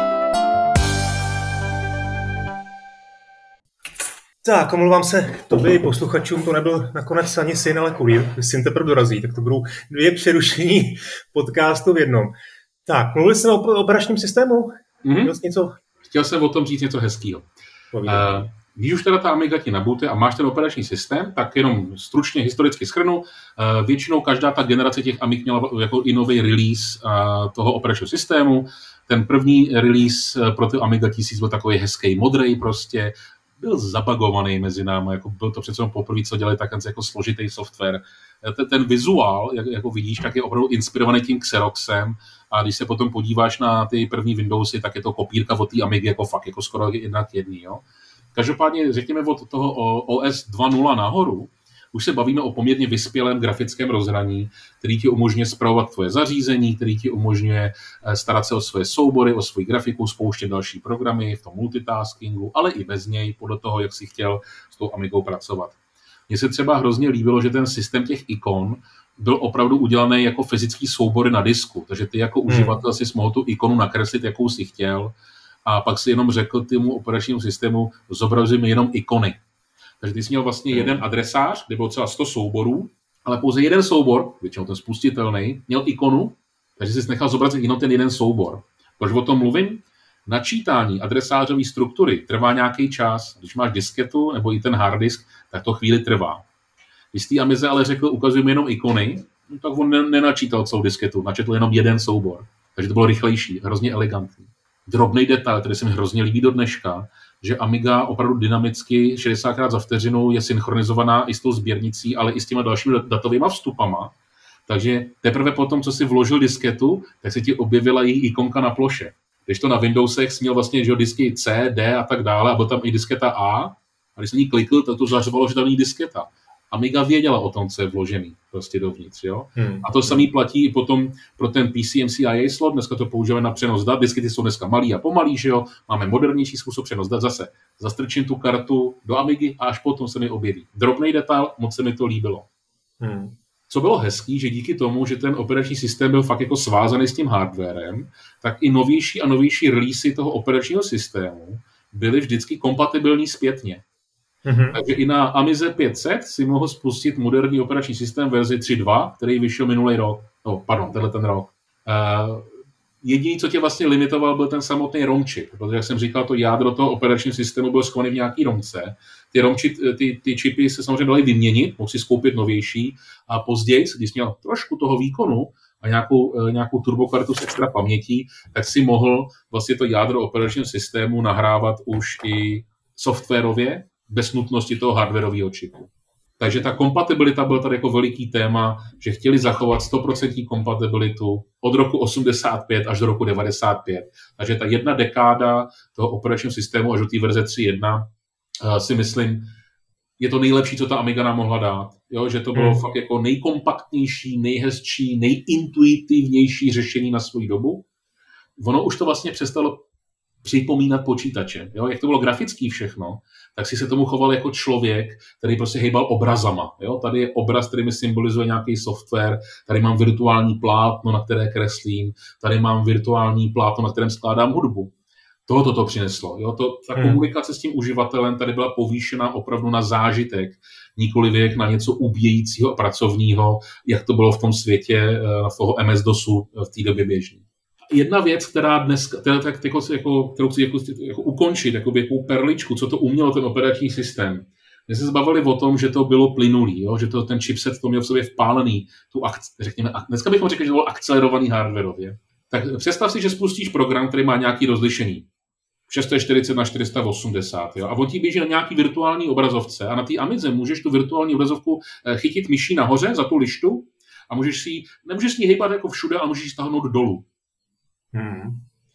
Tak, omlouvám se tobě posluchačům, to nebyl nakonec ani syn, ale kurýr, syn teprve dorazí, tak to budou dvě přerušení podcastu v jednom. Tak, mluvili jsme o operačním systému? Mm-hmm. Něco? Chtěl jsem o tom říct něco hezkýho. Uh, když už teda ta Amiga ti nabootuje a máš ten operační systém, tak jenom stručně historicky shrnu. Uh, většinou každá ta generace těch Amig měla jako i nový release uh, toho operačního systému. Ten první release pro ty Amiga tisíc byl takový hezký, modrý prostě. Byl zabagovaný mezi námi, jako byl to přece poprvé, co dělali tak jako složitý software. Ten, ten vizuál, jak, jako vidíš, tak je opravdu inspirovaný tím Xeroxem a když se potom podíváš na ty první Windowsy, tak je to kopírka od té Amigy jako fakt, jako skoro jedna k jedný. Jo? Každopádně řekněme od toho O S dva tečka nula nahoru, už se bavíme o poměrně vyspělém grafickém rozhraní, který ti umožňuje spravovat tvoje zařízení, který ti umožňuje starat se o svoje soubory, o svoji grafiku, spouštět další programy v tom multitaskingu, ale i bez něj, podle toho, jak si chtěl s tou Amigou pracovat. Mně se třeba hrozně líbilo, že ten systém těch ikon byl opravdu udělaný jako fyzický soubory na disku, takže ty jako hmm. uživatel si mohl tu ikonu nakreslit, jakou si chtěl a pak si jenom řekl tomu operačnímu systému, zobrazuj mi jenom ikony. Takže ty jsi měl vlastně jeden adresář, kde bylo třeba sto souborů, ale pouze jeden soubor, většinou ten spustitelný, měl ikonu, takže jsi nechal zobrazit jenom ten jeden soubor. Proč o tom mluvím? Načítání adresářové struktury trvá nějaký čas. Když máš disketu nebo i ten hard disk, tak to chvíli trvá. Když tý Amize ale řekl, ukazuj mi jenom ikony, tak on nenačítal celou disketu, načetl jenom jeden soubor. Takže to bylo rychlejší, hrozně elegantní. Drobný detail, který se mi hrozně líbí do dneška, že Amiga opravdu dynamicky šedesátkrát za vteřinu je synchronizovaná i s tou sběrnicí, ale i s těma dalšími datovými vstupama. Takže teprve potom, co si vložil disketu, tak se ti objevila její ikonka na ploše. Když to na Windowsech směl vlastně že disky C, D a tak dále, a byl tam i disketa A, a když se ní klikl, tak to zařvalo, že tam není disketa. Amiga věděla o tom, co je vložený prostě dovnitř. Jo? Hmm. A to samý platí i potom pro ten P C M C I A slot, dneska to používáme na přenos dat, diskety jsou dneska malý a pomalý, že jo? Máme modernější způsob přenos dat, zase zastrčím tu kartu do Amigy a až potom se mi objeví. Drobný detail, moc se mi to líbilo. Hmm. Co bylo hezký, že díky tomu, že ten operační systém byl fakt jako svázaný s tím hardwarem, tak i novější a novější releasy toho operačního systému byly vždycky kompatibilní zpětně. Mm-hmm. Takže i na Amize pět set si mohl spustit moderní operační systém verzi tři tečka dva, který vyšel minulý rok. No, pardon, tenhle ten rok. Uh, jediný, co tě vlastně limitoval, byl ten samotný ROM čip, protože, jak jsem říkal, to jádro toho operačního systému bylo schované v nějaký romce. Ty ROM čip, ty, ty čipy se samozřejmě daly vyměnit, mohl si skoupit novější a později, když měl trošku toho výkonu a nějakou, nějakou turbokartu s extra pamětí, tak si mohl vlastně to jádro operačního systému nahrávat už i softwarově, bez nutnosti toho hardwarového čipu. Takže ta kompatibilita byl tady jako veliký téma, že chtěli zachovat sto procent kompatibilitu od roku osmdesát pět až do roku devadesát pět. Takže ta jedna dekáda toho operačního systému až do té verze tři tečka jedna si myslím, je to nejlepší, co ta Amiga nám mohla dát. Jo, že to bylo hmm. fakt jako nejkompaktnější, nejhezčí, nejintuitivnější řešení na svou dobu. Ono už to vlastně přestalo připomínat počítače. Jo? Jak to bylo grafický všechno, tak si se tomu choval jako člověk, který prostě hejbal obrazama. Jo? Tady je obraz, který mi symbolizuje nějaký software, tady mám virtuální plátno, na které kreslím, tady mám virtuální plátno, na kterém skládám hudbu. Tohoto to přineslo. Jo? To, ta hmm. komunikace s tím uživatelem tady byla povýšena opravdu na zážitek, nikoli věk na něco ubíjejícího a pracovního, jak to bylo v tom světě, na toho M S DOSu v té době běžný. Jedna věc, která dnes, která, tak, jako, jako, kterou chci jako, jako ukončit, jako jakou perličku, co to umělo ten operační systém. My jsme se bavili o tom, že to bylo plynulý, jo? Že to, ten chipset to měl v sobě vpálený, tu akci, řekněme, dneska bychom řekli, že to bylo akcelerovaný hardwarově. Tak představ si, že spustíš program, který má nějaký rozlišení. šest set čtyřicet na čtyři sta osmdesát. Jo? A on ti běží na nějaký virtuální obrazovce a na té Amidze můžeš tu virtuální obrazovku chytit myší nahoře za tu lištu a můžeš si nemůžeš s ní hejbat jako všude, ale můžeš ji stáhnout dolů. Hmm.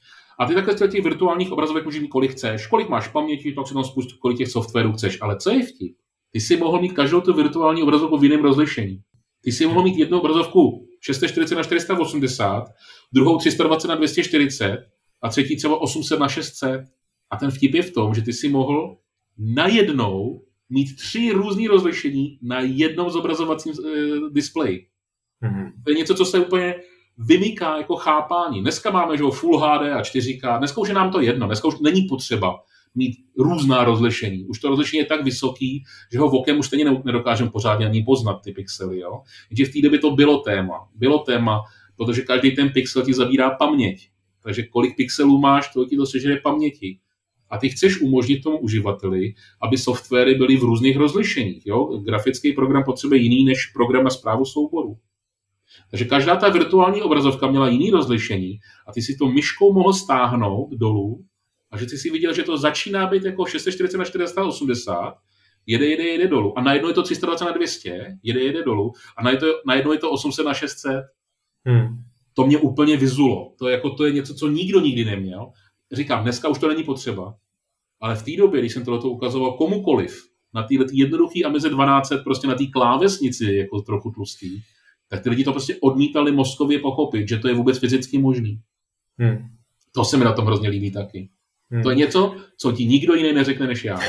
A ty takhle z těch virtuálních obrazovek můžeš mít kolik chceš, kolik máš paměti, tak si tam spustit, kolik těch softwarů chceš. Ale co je vtip? Ty si mohl mít každou tu virtuální obrazovku v jiném rozlišení. Ty si mohl mít jednu obrazovku šest set čtyřicet na čtyři sta osmdesát, druhou tři sta dvacet na dvě stě čtyřicet a třetí třeba osm set na šest set. A ten vtip je v tom, že ty si mohl najednou mít tři různý rozlišení na jednom zobrazovacím e, displeji. Mm-hmm. To je něco, co se úplně vymyká jako chápání. Dneska máme že, Full H D a čtyři K, dneska už je nám to jedno, dneska už není potřeba mít různá rozlišení. Už to rozlišení je tak vysoký, že ho vokem už stejně nedokážeme pořádně ani poznat ty pixely. Jo? Jenže v té době to bylo téma. Bylo téma, protože každý ten pixel ti zabírá paměť. Takže kolik pixelů máš, to ti dosežene paměti. A ty chceš umožnit tomu uživateli, aby softwary byly v různých rozlišeních. Jo? Grafický program potřebuje jiný než program na správu souboru. Takže každá ta virtuální obrazovka měla jiný rozlišení a ty si to myškou mohl stáhnout dolů a že ty si viděl, že to začíná být jako šest set čtyřicet na čtyři sta osmdesát, jede, jede, jede dolů. A najednou je to tři sta dvacet na dvě stě, jede, jede dolů. A najednou je to osm set na šest set. Hmm. To mě úplně vyzulo. To je, jako, to je něco, co nikdo nikdy neměl. Říkám, dneska už to není potřeba. Ale v té době, když jsem tohleto ukazoval komukoliv, na této jednoduchý Amidze dvanáct set, prostě na té klávesnici, jako trochu tlustý, tak ty lidi to prostě odmítali mozkově pochopit, že to je vůbec fyzicky možný. Hmm. To se mi na tom hrozně líbí taky. Hmm. To je něco, co ti nikdo jiný neřekne než já.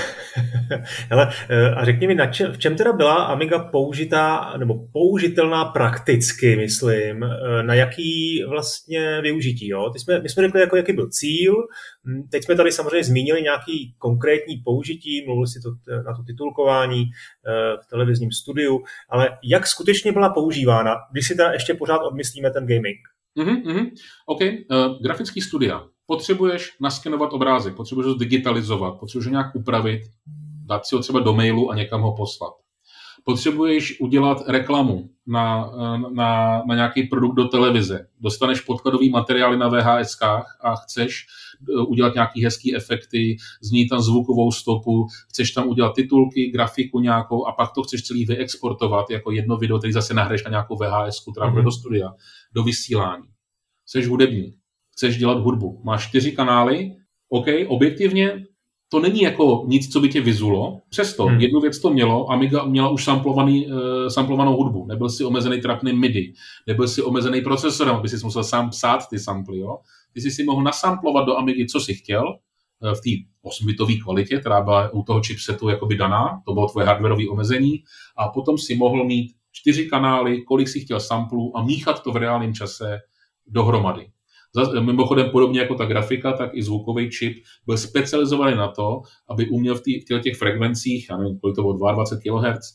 Hele, a řekni mi, na čem, v čem teda byla Amiga použitá, nebo použitelná prakticky, myslím, na jaký vlastně využití, jo? Ty jsme, my jsme řekli, jako, jaký byl cíl, teď jsme tady samozřejmě zmínili nějaký konkrétní použití, mluvili si to na to titulkování v televizním studiu, ale jak skutečně byla používána, když si teda ještě pořád odmyslíme ten gaming? Mm-hmm, mm-hmm. OK, uh, grafický studia. Potřebuješ naskenovat obrázek, potřebuješ ho digitalizovat, potřebuješ ho nějak upravit, dát si ho třeba do mailu a někam ho poslat. Potřebuješ udělat reklamu na, na, na nějaký produkt do televize. Dostaneš podkladový materiály na V H S kách a chceš udělat nějaký hezký efekty, změnit tam zvukovou stopu, chceš tam udělat titulky, grafiku nějakou a pak to chceš celý vyexportovat jako jedno video, který zase nahraješ na nějakou V H S ku, která bude do studia, do vysílání. Jseš hudebník, chceš dělat hudbu, máš čtyři kanály, OK, objektivně to není jako nic, co by tě vyzulo. Přesto hmm. jednu věc to mělo, Amiga měla už samplovaný, uh, samplovanou hudbu. Nebyl si omezený trapný MIDI, nebyl si omezený procesorem, aby si musel sám psát ty samply. Jo? Ty jsi si mohl nasamplovat do Amigy, co si chtěl, uh, v té osmbitové kvalitě, která byla u toho chipsetu jakoby daná, to bylo tvoje hardwareové omezení, a potom si mohl mít čtyři kanály, kolik si chtěl samplů a míchat to v reálném čase dohromady. Mimochodem podobně jako ta grafika, tak i zvukový čip byl specializovaný na to, aby uměl v, tý, v těch frekvencích, já nevím, kolik to bylo, dvacet dva kilohertzů,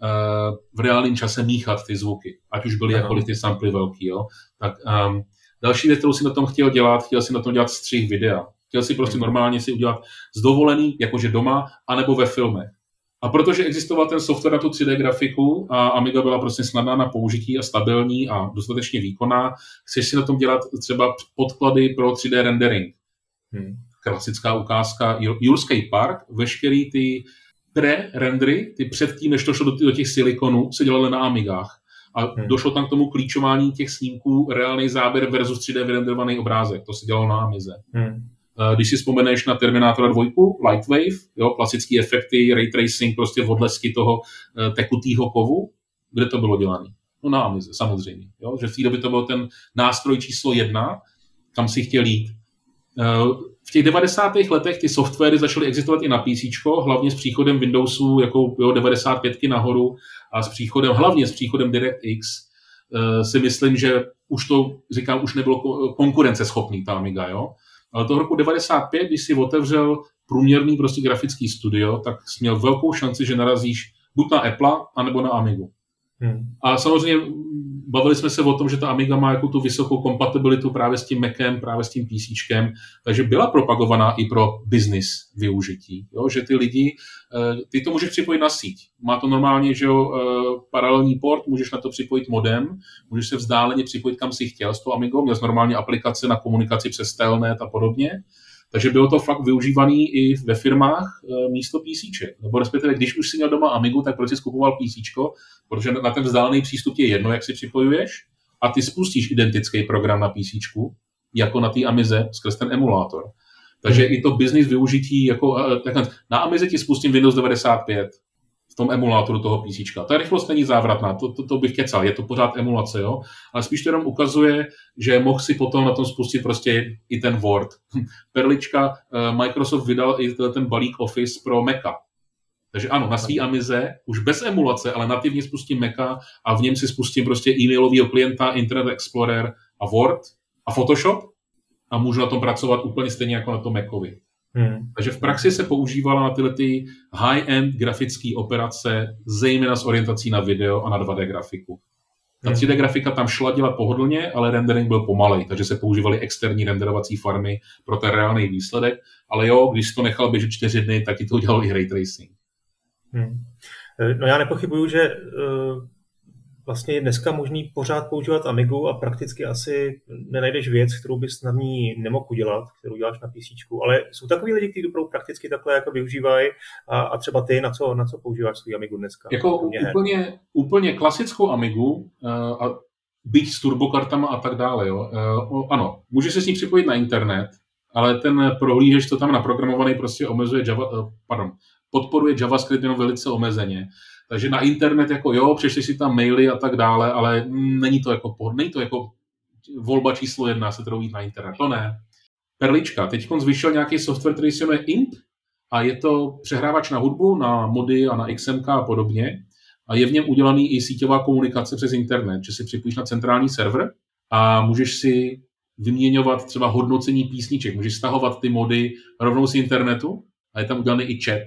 v reálném čase míchat ty zvuky, ať už byly jakkoliv ty samply velký. Jo. Tak um, další věc, kterou si na tom chtěl dělat, chtěl si na tom dělat střih videa. Chtěl si prostě normálně si udělat z dovolený, jakože doma, anebo ve filmech. A protože existoval ten software na tu tři dé grafiku a Amiga byla prostě snadná na použití a stabilní a dostatečně výkonná, chceš si na tom dělat třeba podklady pro tři dé rendering. Hmm. Klasická ukázka Jurský park, veškerý ty pre-rendery, ty předtím, než to šlo do těch silikonů, se dělaly na Amigách. A hmm. došlo tam k tomu klíčování těch snímků, reálný záběr versus tři dé vyrenderovaný obrázek. To se dělalo na Amize. Hmm. Když si vzpomeneš na Terminátora dva, Lightwave, jo, klasické efekty, ray tracing, prostě odlesky toho tekutýho kovu, kde to bylo dělané? No na Amize, samozřejmě. Jo? Že v té době to byl ten nástroj číslo jedna, kam si chtěl jít. V těch devadesátých letech ty softwary začaly existovat i na PCčko, hlavně s příchodem Windowsu jako jo, devadesát pět nahoru a s příchodem, hlavně s příchodem DirectX si myslím, že už to, říkám, už nebylo konkurenceschopný ta Amiga, jo. Ale toho roku devadesát pět, když si otevřel průměrný prostě grafický studio, tak jsi měl velkou šanci, že narazíš buď na Apple, anebo na Amigu. Hmm. A samozřejmě bavili jsme se o tom, že ta Amiga má jako tu vysokou kompatibilitu právě s tím Macem, právě s tím PCčkem, takže byla propagovaná i pro business využití, jo? Že ty lidi, ty to můžeš připojit na síť. Má to normálně, že jo, paralelní port, můžeš na to připojit modem, můžeš se vzdáleně připojit, kam si chtěl s tou Amigou, měl jsi normálně aplikace na komunikaci přes Telnet a podobně. Takže bylo to fakt využívaný i ve firmách místo PCček. Nebo respektive, když už si měl doma Amigu, tak proč jsi kupoval PCčko, protože na ten vzdálený přístup je jedno, jak si připojuješ, a ty spustíš identický program na PCčku, jako na té Amize skrz ten emulátor. Takže hmm. i to business využití, jako na Amize ti spustím Windows devadesát pět v tom emulátoru toho PCčka. Ta rychlost není závratná, to, to, to bych kecal, je to pořád emulace, jo? Ale spíš to jenom ukazuje, že mohl si potom na tom spustit prostě i ten Word. Perlička, Microsoft vydal i ten balík Office pro Maca. Takže ano, na svý Amize, už bez emulace, ale nativně spustím Maca a v něm si spustím prostě e-mailovýho klienta, Internet Explorer a Word a Photoshop a můžu na tom pracovat úplně stejně jako na tom Macovi. Hmm. Takže v praxi se používala na tyhle ty high-end grafické operace, zejména s orientací na video a na dva dé grafiku. Ta tři dé grafika tam šla dělat pohodlně, ale rendering byl pomalej, takže se používaly externí renderovací farmy pro ten reálný výsledek, ale jo, když to nechal běžet čtyři dny, tak i to udělal i ray tracing. Hmm. No já nepochybuju, že uh, vlastně je dneska možný pořád používat Amigu a prakticky asi nenajdeš věc, kterou bys na ní nemohl udělat, kterou děláš na PCčku, ale jsou takový lidi, kteří to prakticky takhle jako využívají a, a třeba ty, na co, na co používáš svůj Amigu dneska? Jako úplně, úplně klasickou Amigu, uh, a byť s turbokartama a tak dále, jo. Uh, ano, můžeš se s ní připojit na internet, ale ten prohlížeč to tam naprogramovaný prostě omezuje Java, uh, pardon, podporuje JavaScript jenom velice omezeně. Takže na internet jako jo, přečteš si tam maily a tak dále, ale není to jako, není to jako volba číslo jedna, se kterou jít na internet. To ne. Perlička. Teď vyšel nějaký software, který se jmenuje Imp a je to přehrávač na hudbu, na mody a na X M K a podobně. A je v něm udělaný i síťová komunikace přes internet, že si připojíš na centrální server a můžeš si vyměňovat třeba hodnocení písniček, můžeš stahovat ty mody rovnou z internetu a je tam udělaný i chat.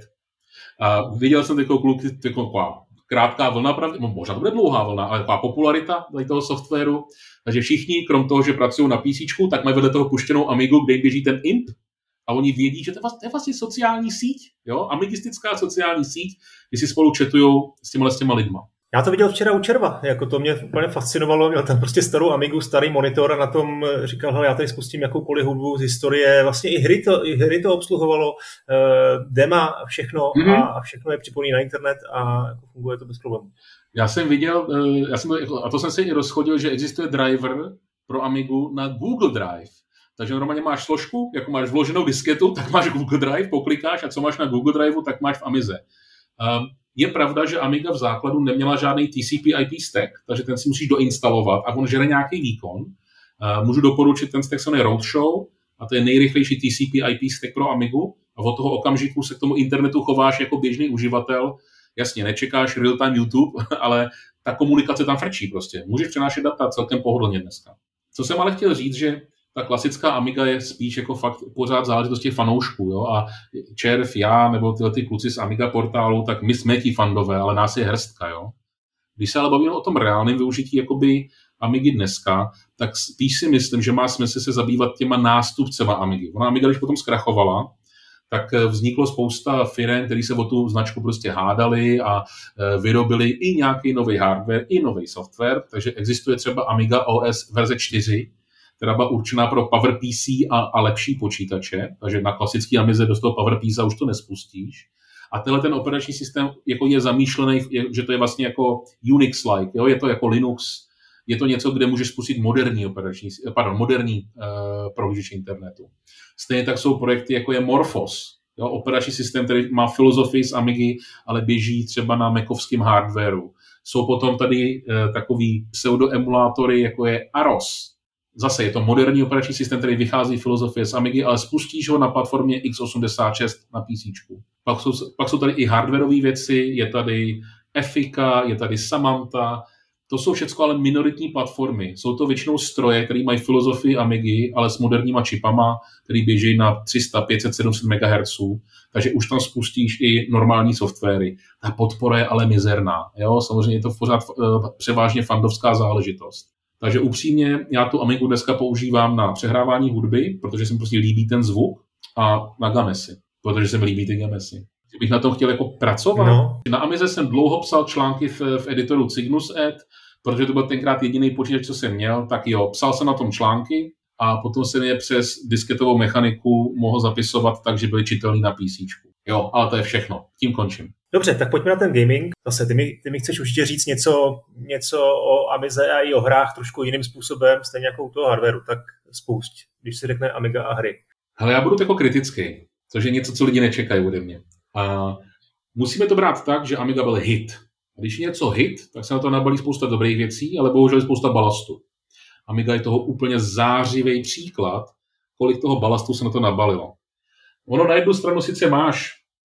A viděl jsem takovou kluky, taková krátká vlna, pravdě, možná to bude dlouhá vlna, ale taková popularita toho softwaru, takže všichni, krom toho, že pracují na PCčku, tak mají vedle toho puštěnou Amigu, kde jim běží ten Imp a oni vědí, že to je vlastně, to je vlastně sociální síť, jo? Amigistická sociální síť, kdy si spolu chatujou s těma, s těma lidma. Já to viděl včera u Červa, jako to mě úplně fascinovalo, měl tam prostě starou Amigu, starý monitor a na tom říkal, hele, já tady spustím jakoukoliv hudbu z historie, vlastně i hry to, i hry to obsluhovalo, uh, dema, všechno mm-hmm. a, a všechno je připojené na internet a jako funguje to bez problémů. Já jsem viděl, já jsem, a to jsem se i rozchodil, že existuje driver pro Amigu na Google Drive. Takže normálně máš složku, jako máš vloženou disketu, tak máš Google Drive, poklikáš a co máš na Google Driveu, tak máš v Amize. Um, Je pravda, že Amiga v základu neměla žádný T C P I P stack, takže ten si musíš doinstalovat a on žere nějaký výkon. Uh, můžu doporučit ten stack, se jmenuje Roadshow a to je nejrychlejší T C P I P stack pro Amigu a od toho okamžiku se k tomu internetu chováš jako běžný uživatel. Jasně, nečekáš real-time YouTube, ale ta komunikace tam frčí prostě. Můžeš přenášet data celkem pohodlně dneska. Co jsem ale chtěl říct, že ta klasická Amiga je spíš jako fakt pořád záležitost těch fanoušků, jo, a Červ, já, nebo tyhle ty kluci z Amiga portálu, tak my jsme ti fandové, ale nás je hrstka, jo. Když se ale bavíme o tom reálném využití jakoby Amigy dneska, tak spíš si myslím, že má smysl se zabývat těma nástupcema Amigy. Ona Amiga, když potom zkrachovala, tak vzniklo spousta firem, které se o tu značku prostě hádali a vyrobili i nějaký nový hardware, i nový software, takže existuje třeba Amiga O S verze čtyři, která byla určená pro PowerPC a, a lepší počítače, takže na klasický Amize do toho PowerPC už to nespustíš. A tenhle ten operační systém jako je zamýšlený, že to je vlastně jako Unix-like, jo? Je to jako Linux, je to něco, kde můžeš spustit moderní operační, pardon, moderní uh, prohlížeč internetu. Stejně tak jsou projekty, jako je Morphos, jo? Operační systém, který má filozofii z Amigy, ale běží třeba na Macovském hardwareu. Jsou potom tady uh, takový pseudoemulátory, jako je Aros. Zase je to moderní operační systém, který vychází filozofie z Amigy, ale spustíš ho na platformě x osmdesát šest na PCčku. Pak jsou, pak jsou tady i hardwareové věci, je tady Efika, je tady Samantha. To jsou všechno ale minoritní platformy. Jsou to většinou stroje, které mají filozofii Amigy, ale s moderníma čipama, který běží na tři sta, pět set, sedm set megahertzů. Takže už tam spustíš i normální softwary. Ta podpora je ale mizerná. Jo? Samozřejmě je to pořád uh, převážně fandovská záležitost. Takže upřímně, já tu Amigu dneska používám na přehrávání hudby, protože se mi prostě líbí ten zvuk, a na gamesy, protože se mi líbí ty gamesy. Kdybych na tom chtěl jako pracovat. No. Na Amize jsem dlouho psal články v, v editoru Cygnus Ed, protože to byl tenkrát jediný počítač, co jsem měl, tak jo, psal jsem na tom články a potom jsem je přes disketovou mechaniku mohl zapisovat tak, že byly čitelný na PCčku. Jo, ale to je všechno. Tím končím. Dobře, tak pojďme na ten gaming. Zase, ty mi, ty mi chceš určitě říct něco, něco o Amize a i o hrách trošku jiným způsobem, stejně jako u toho hardwareu, tak spoušť, když si řekne Amiga a hry. Hele, já budu jako kritický, což je něco, co lidi nečekají ode mě. A musíme to brát tak, že Amiga byl hit. A když je něco hit, tak se na to nabalí spousta dobrých věcí, ale bohužel spousta balastu. Amiga je toho úplně zářivý příklad, kolik toho balastu se na to nabalilo. Ono na jednu stranu sice máš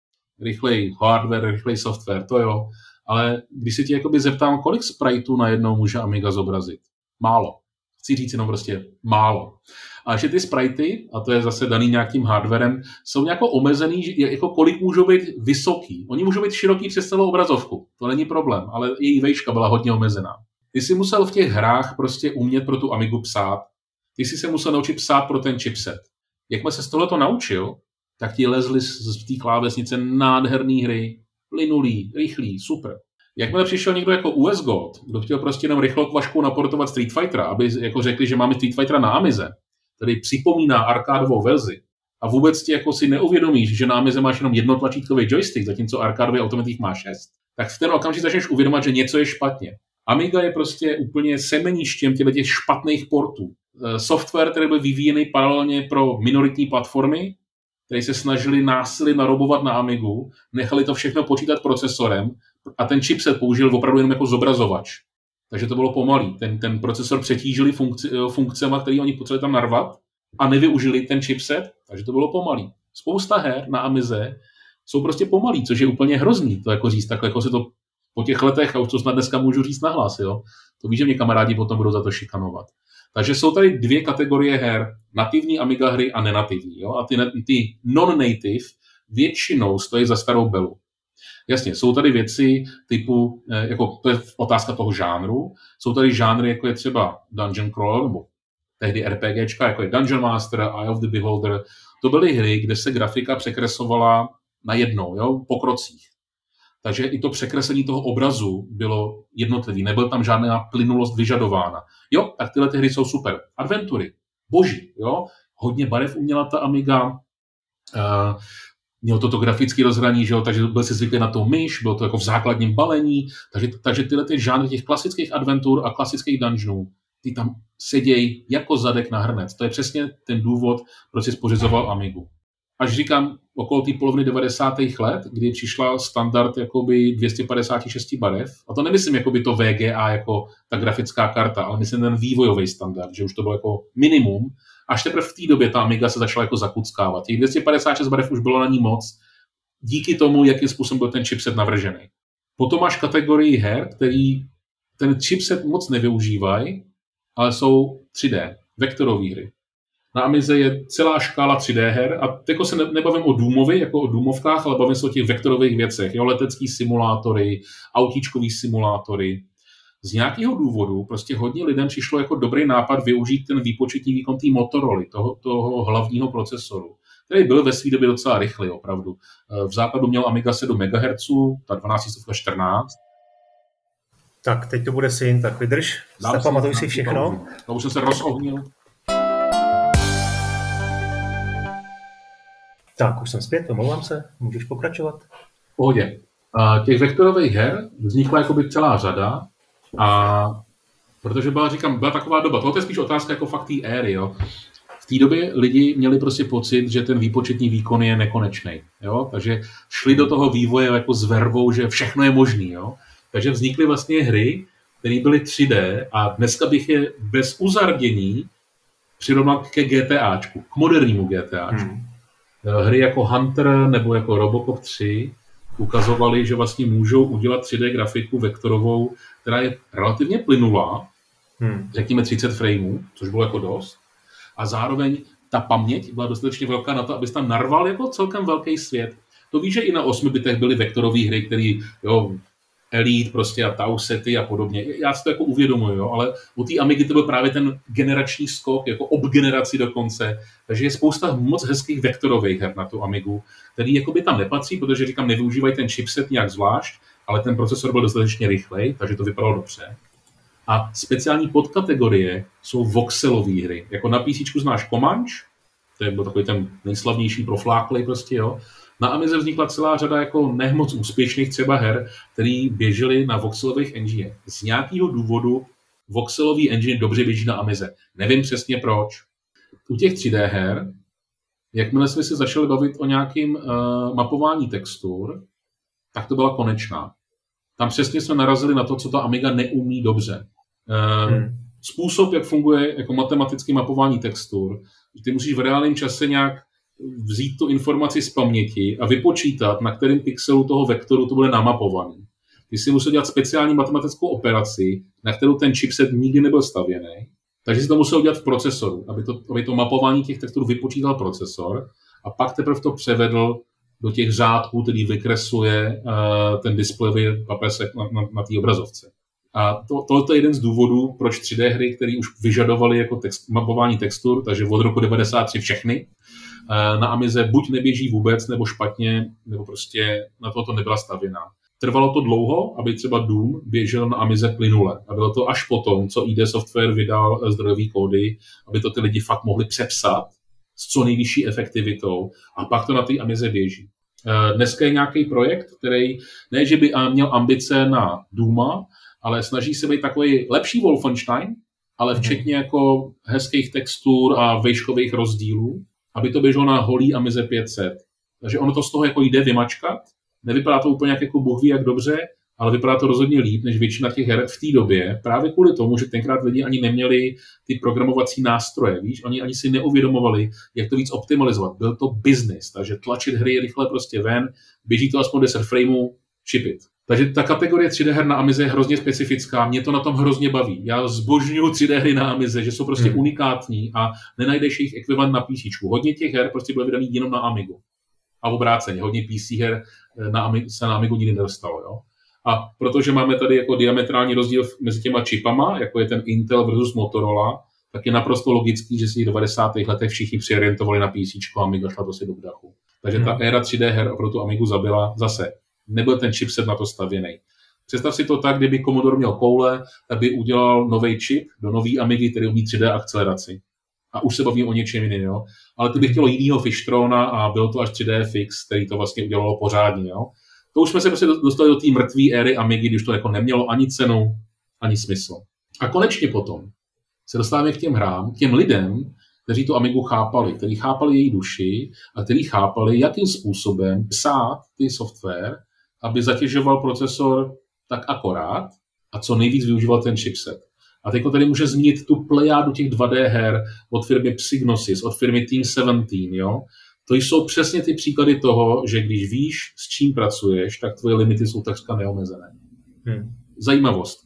rychlej hardware, rychlej software, to jo, ale když se tě jakoby zeptám, kolik spriteů najednou může Amiga zobrazit? Málo. Chci říct jenom prostě málo. A že ty spritey, a to je zase daný nějakým hardwarem, jsou nějak omezený, jako kolik můžou být vysoký. Oni můžou být široký přes celou obrazovku, to není problém, ale její vejška byla hodně omezená. Ty si musel v těch hrách prostě umět pro tu Amigu psát. Ty si se musel naučit psát pro ten chipset. Jakmile se z tohoto naučil, tak ti lezly z té klávesnice nádherný hry, plynulý, rychlý, super. Jakmile přišel někdo jako U S Gold, kdo chtěl prostě jenom rychlo kvašku naportovat Street Fightera, aby jako řekli, že máme Street Fightera na Amize, který připomíná arkádovou verzi, a vůbec ti jako si neuvědomíš, že na Amize máš jenom jednotlačítkový joystick, zatímco arkádový automatik má šest, tak v ten okamžik začneš uvědomovat, že něco je špatně. Amiga je prostě úplně semeništěm těch špatných portů. Software, který byl vyvíjený paralelně pro minoritní platformy, které se snažili násilí narobovat na Amigu, nechali to všechno počítat procesorem a ten chipset použil opravdu jenom jako zobrazovač. Takže to bylo pomalý. Ten, ten procesor přetížili funkci, funkcema, které oni potřebovali tam narvat a nevyužili ten chipset, takže to bylo pomalý. Spousta her na Amize jsou prostě pomalý, což je úplně hrozný. To jako říct, tak jako se to po těch letech, a už to snad dneska můžu říct nahlas, jo. To víš, že mě kamarádi potom budou za to šikanovat. Takže jsou tady dvě kategorie her, nativní Amiga hry a nenativní. Jo? A ty, ty non-native většinou stojí za starou belu. Jasně, jsou tady věci typu, jako to je otázka toho žánru, jsou tady žánry, jako je třeba Dungeon Crawler, nebo tehdy RPGčka, jako je Dungeon Master, Eye of the Beholder. To byly hry, kde se grafika překresovala najednou, jo? Po krocích. Takže i to překreslení toho obrazu bylo jednotlivý, nebyl tam žádná plynulost vyžadována. Jo, tak tyhle ty hry jsou super. Adventury, boží, jo, hodně barev uměla ta Amiga, uh, mělo to to grafické rozhraní, že jo, takže byl si zvyklý na to myš, bylo to jako v základním balení, takže, takže tyhle ty žánry těch klasických adventur a klasických dungeonů, ty tam sedějí jako zadek na hrnec. To je přesně ten důvod, proč si pořizoval Amigu. Až říkám, okolo té poloviny devadesátých let, kdy přišla standard jakoby dvě stě padesát šest barev, a to nemyslím jakoby to V G A jako ta grafická karta, ale myslím ten vývojový standard, že už to bylo jako minimum, až teprve v té době ta Amiga se začala jako zakuckávat. Těch dvě stě padesát šest barev už bylo na ní moc, díky tomu, jakým způsobem byl ten chipset navržený. Potom máš kategorii her, který ten chipset moc nevyužívají, ale jsou tři D, vektorové hry. Na Amize je celá škála tři D her a jako se nebavím o Doomovi, jako o Doomovkách, ale bavím se o těch vektorových věcech, jo, letecký simulátory, autíčkový simulátory. Z nějakého důvodu prostě hodně lidem přišlo jako dobrý nápad využít ten výpočetní výkon té Motorola, toho, toho hlavního procesoru, který byl ve své době docela rychlý, opravdu. V základu měl Amiga sedm megahertzů, ta dvanáct set čtrnáct. Tak, teď to bude syn, tak vydrž. Pamatuj si všechno. To už jsem se rozohnil. Tak, už jsem zpět, omlouvám se, můžeš pokračovat. V pohodě. Těch vektorových her vznikla jakoby celá řada a protože byla, říkám, byla taková doba, tohle je spíš otázka jako fakt té éry, jo. V té době lidi měli prostě pocit, že ten výpočetní výkon je nekonečný, jo, takže šli do toho vývoje jako s vervou, že všechno je možný, jo. Takže vznikly vlastně hry, které byly tři D a dneska bych je bez uzardění přirovnal ke GTAčku, k modernímu GTAčku. Hmm. Hry jako Hunter nebo jako Robocop tři ukazovali, že vlastně můžou udělat tři dé grafiku vektorovou, která je relativně plynulá, hmm. řekněme třicet frameů, což bylo jako dost, a zároveň ta paměť byla dostatečně velká na to, abys tam narval jako celkem velký svět. To víš, že i na osmi bitech byly vektorové hry, které, jo, Elite prostě a Tau sety a podobně. Já si to jako uvědomuji, jo, ale u té Amigy to byl právě ten generační skok, jako obgeneraci dokonce. Takže je spousta moc hezkých vektorových her na tu Amigu, který jakoby tam nepatří, protože říkám, nevyužívají ten chipset nějak zvlášť, ale ten procesor byl dostatečně rychlej, takže to vypadalo dobře. A speciální podkategorie jsou voxelové hry. Jako na PCčku znáš Comanche, to je byl takový ten nejslavnější profláklej prostě, jo. Na Amize vznikla celá řada jako nemoc úspěšných třeba her, které běžely na voxelových engine. Z nějakého důvodu voxelový engine dobře běží na Amize. Nevím přesně proč. U těch tři dé her, jakmile jsme se začali bavit o nějakém uh, mapování textur, tak to byla konečná. Tam přesně jsme narazili na to, co ta Amiga neumí dobře. Uh, hmm. Způsob, jak funguje jako matematické mapování textur, ty musíš v reálném čase nějak vzít tu informaci z paměti a vypočítat, na kterém pixelu toho vektoru to bude namapovaný. Ty si musel dělat speciální matematickou operaci, na kterou ten chipset nikdy nebyl stavěný, takže si to musel dělat v procesoru, aby to, aby to mapování těch textur vypočítal procesor a pak teprve to převedl do těch řádků, který vykresluje uh, ten displejový paprsek na, na, na té obrazovce. A to, tohle je jeden z důvodů, proč tři dé hry, které už vyžadovaly jako text, mapování textur, takže od roku devadesát tři všechny, na Amize buď neběží vůbec, nebo špatně, nebo prostě na to to nebyla stavěná. Trvalo to dlouho, aby třeba Doom běžel na Amize plynule. A bylo to až potom, co í dé Software vydal zdrojový kódy, aby to ty lidi fakt mohli přepsat s co nejvyšší efektivitou a pak to na té Amize běží. Dneska je nějaký projekt, který ne, že by měl ambice na Dooma, ale snaží se být takový lepší Wolfenstein, ale včetně jako hezkých textur a vejškových rozdílů, aby to běželo na holý Amize pět set. Takže ono to z toho jako jde vymačkat. Nevypadá to úplně jako Bůh ví jak dobře, ale vypadá to rozhodně líp než většina těch her v té době. Právě kvůli tomu, že tenkrát lidi ani neměli ty programovací nástroje. Víš? Oni ani si neuvědomovali, jak to víc optimalizovat. Byl to business, takže tlačit hry rychle prostě ven, běží to aspoň deset frameů, chipit. Takže ta kategorie tři dé her na Amize je hrozně specifická, mě to na tom hrozně baví. Já zbožňuju tři dé hry na Amize, že jsou prostě hmm. unikátní a nenajdeš jejich ekvivalent na PCčku. Hodně těch her prostě bylo vydaný jenom na Amigu. A obráceně, hodně P C her na Amigu, se na Amigu nikdy nedostalo. Jo? A protože máme tady jako diametrální rozdíl mezi těma čipama, jako je ten Intel versus Motorola, tak je naprosto logický, že si v devadesátých letech všichni přiorientovali na PCčko a Amiga šla prostě do dachu. Takže hmm. ta éra tři dé her pro tu Amigu zabila zase. Nebyl ten chipset na to stavěný. Představ si to tak, kdyby Commodore měl koule, tak by udělal nový čip do nový Amigy, který umí tři dé akceleraci. A už se bavím o něčem jiném, jo. Ale to by chtělo jinýho Fishtrona a bylo to až tři dé Fix, který to vlastně udělalo pořádně, jo. To už jsme se prostě dostali do té mrtvé éry Amigy, když to jako nemělo ani cenu, ani smysl. A konečně potom se dostáváme k těm hrám, k těm lidem, kteří tu Amigu chápali, kteří chápali její duši a kteří chápali, jakým způsobem psát ty software, aby zatěžoval procesor tak akorát a co nejvíc využíval ten chipset. A teď tady může zmínit tu plejádu těch dva dé her od firmy Psygnosis, od firmy Team sedmnáct, jo. To jsou přesně ty příklady toho, že když víš, s čím pracuješ, tak tvoje limity jsou takřka neomezené. Hmm. Zajímavost.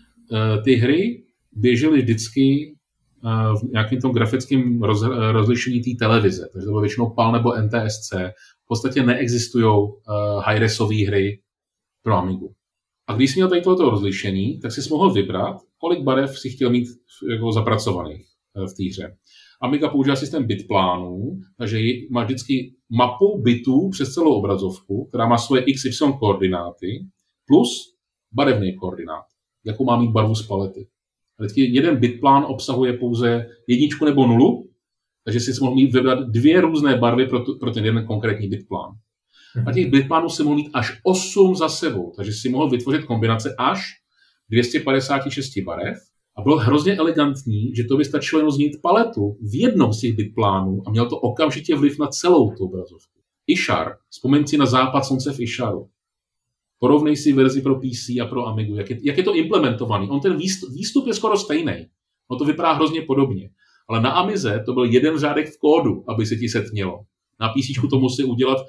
Ty hry běžely vždycky v nějakém tom grafickém roz, rozlišení té televize, takže to bylo většinou P A L nebo N T S C. V podstatě neexistují uh, high-resové hry pro Amigu. A když jsi měl tady tohoto rozlišení, tak jsi mohl vybrat, kolik barev si chtěl mít jako zapracovaných uh, v té hře. Amiga používá systém bitplánů, takže máš vždycky mapu bitů přes celou obrazovku, která má svoje X Y koordináty, plus barevný koordinát, jakou má mít barvu z palety. A vždycky jeden bitplán obsahuje pouze jedničku nebo nulu, takže si mohl mít vybrat dvě různé barvy pro, tu, pro ten jeden konkrétní bitplán. A těch bitplánů si mohl mít až osm za sebou, takže si mohl vytvořit kombinace až dvě stě padesát šest barev a bylo hrozně elegantní, že to by stačilo jenom změnit paletu v jednom z těch bitplánů a mělo to okamžitě vliv na celou tu obrazovku. Ishar, vzpomeň si na západ slunce v Isharu. Porovnej si verzi pro P C a pro Amigu, jak je, jak je to implementovaný. On ten výstup, výstup je skoro stejný. On to vypadá hrozně podobně. Ale na Amize to byl jeden řádek v kódu, aby se ti setmělo. Na PCčku to musí udělat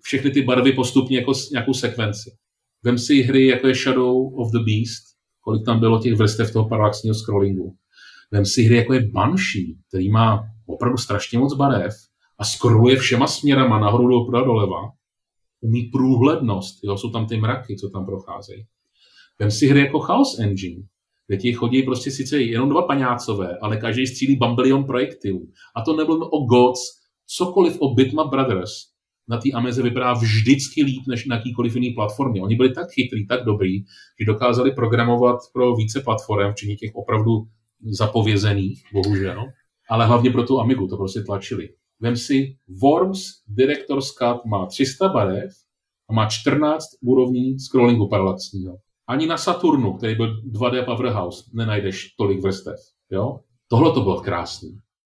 všechny ty barvy postupně jako nějakou sekvenci. Vem si hry, jako je Shadow of the Beast, kolik tam bylo těch vrstev toho parallaxního scrollingu. Vem si hry, jako je Banshee, který má opravdu strašně moc barev a scrolluje všema směrama nahoru do doleva. Umí průhlednost, jo, jsou tam ty mraky, co tam procházejí. Vem si hry jako Chaos Engine, kde ti chodí prostě sice jenom dva paňácové, ale každý střílí bambilion projektilů. A to nebylo o Gods, cokoliv o Bitmap Brothers na té Amize vypadá vždycky líp než na jakýkoliv jiný platformě. Oni byli tak chytrý, tak dobrý, že dokázali programovat pro více platform, včetně těch opravdu zapovězených, bohužel, ale hlavně pro tu Amigu to prostě tlačili. Vem si, Worms Director's Cut má tři sta barev a má čtrnáct úrovní scrollingu parallaxního. Ani na Saturnu, který byl dva dé Powerhouse, nenajdeš tolik vrstev. Jo? Tohle to bylo krásné.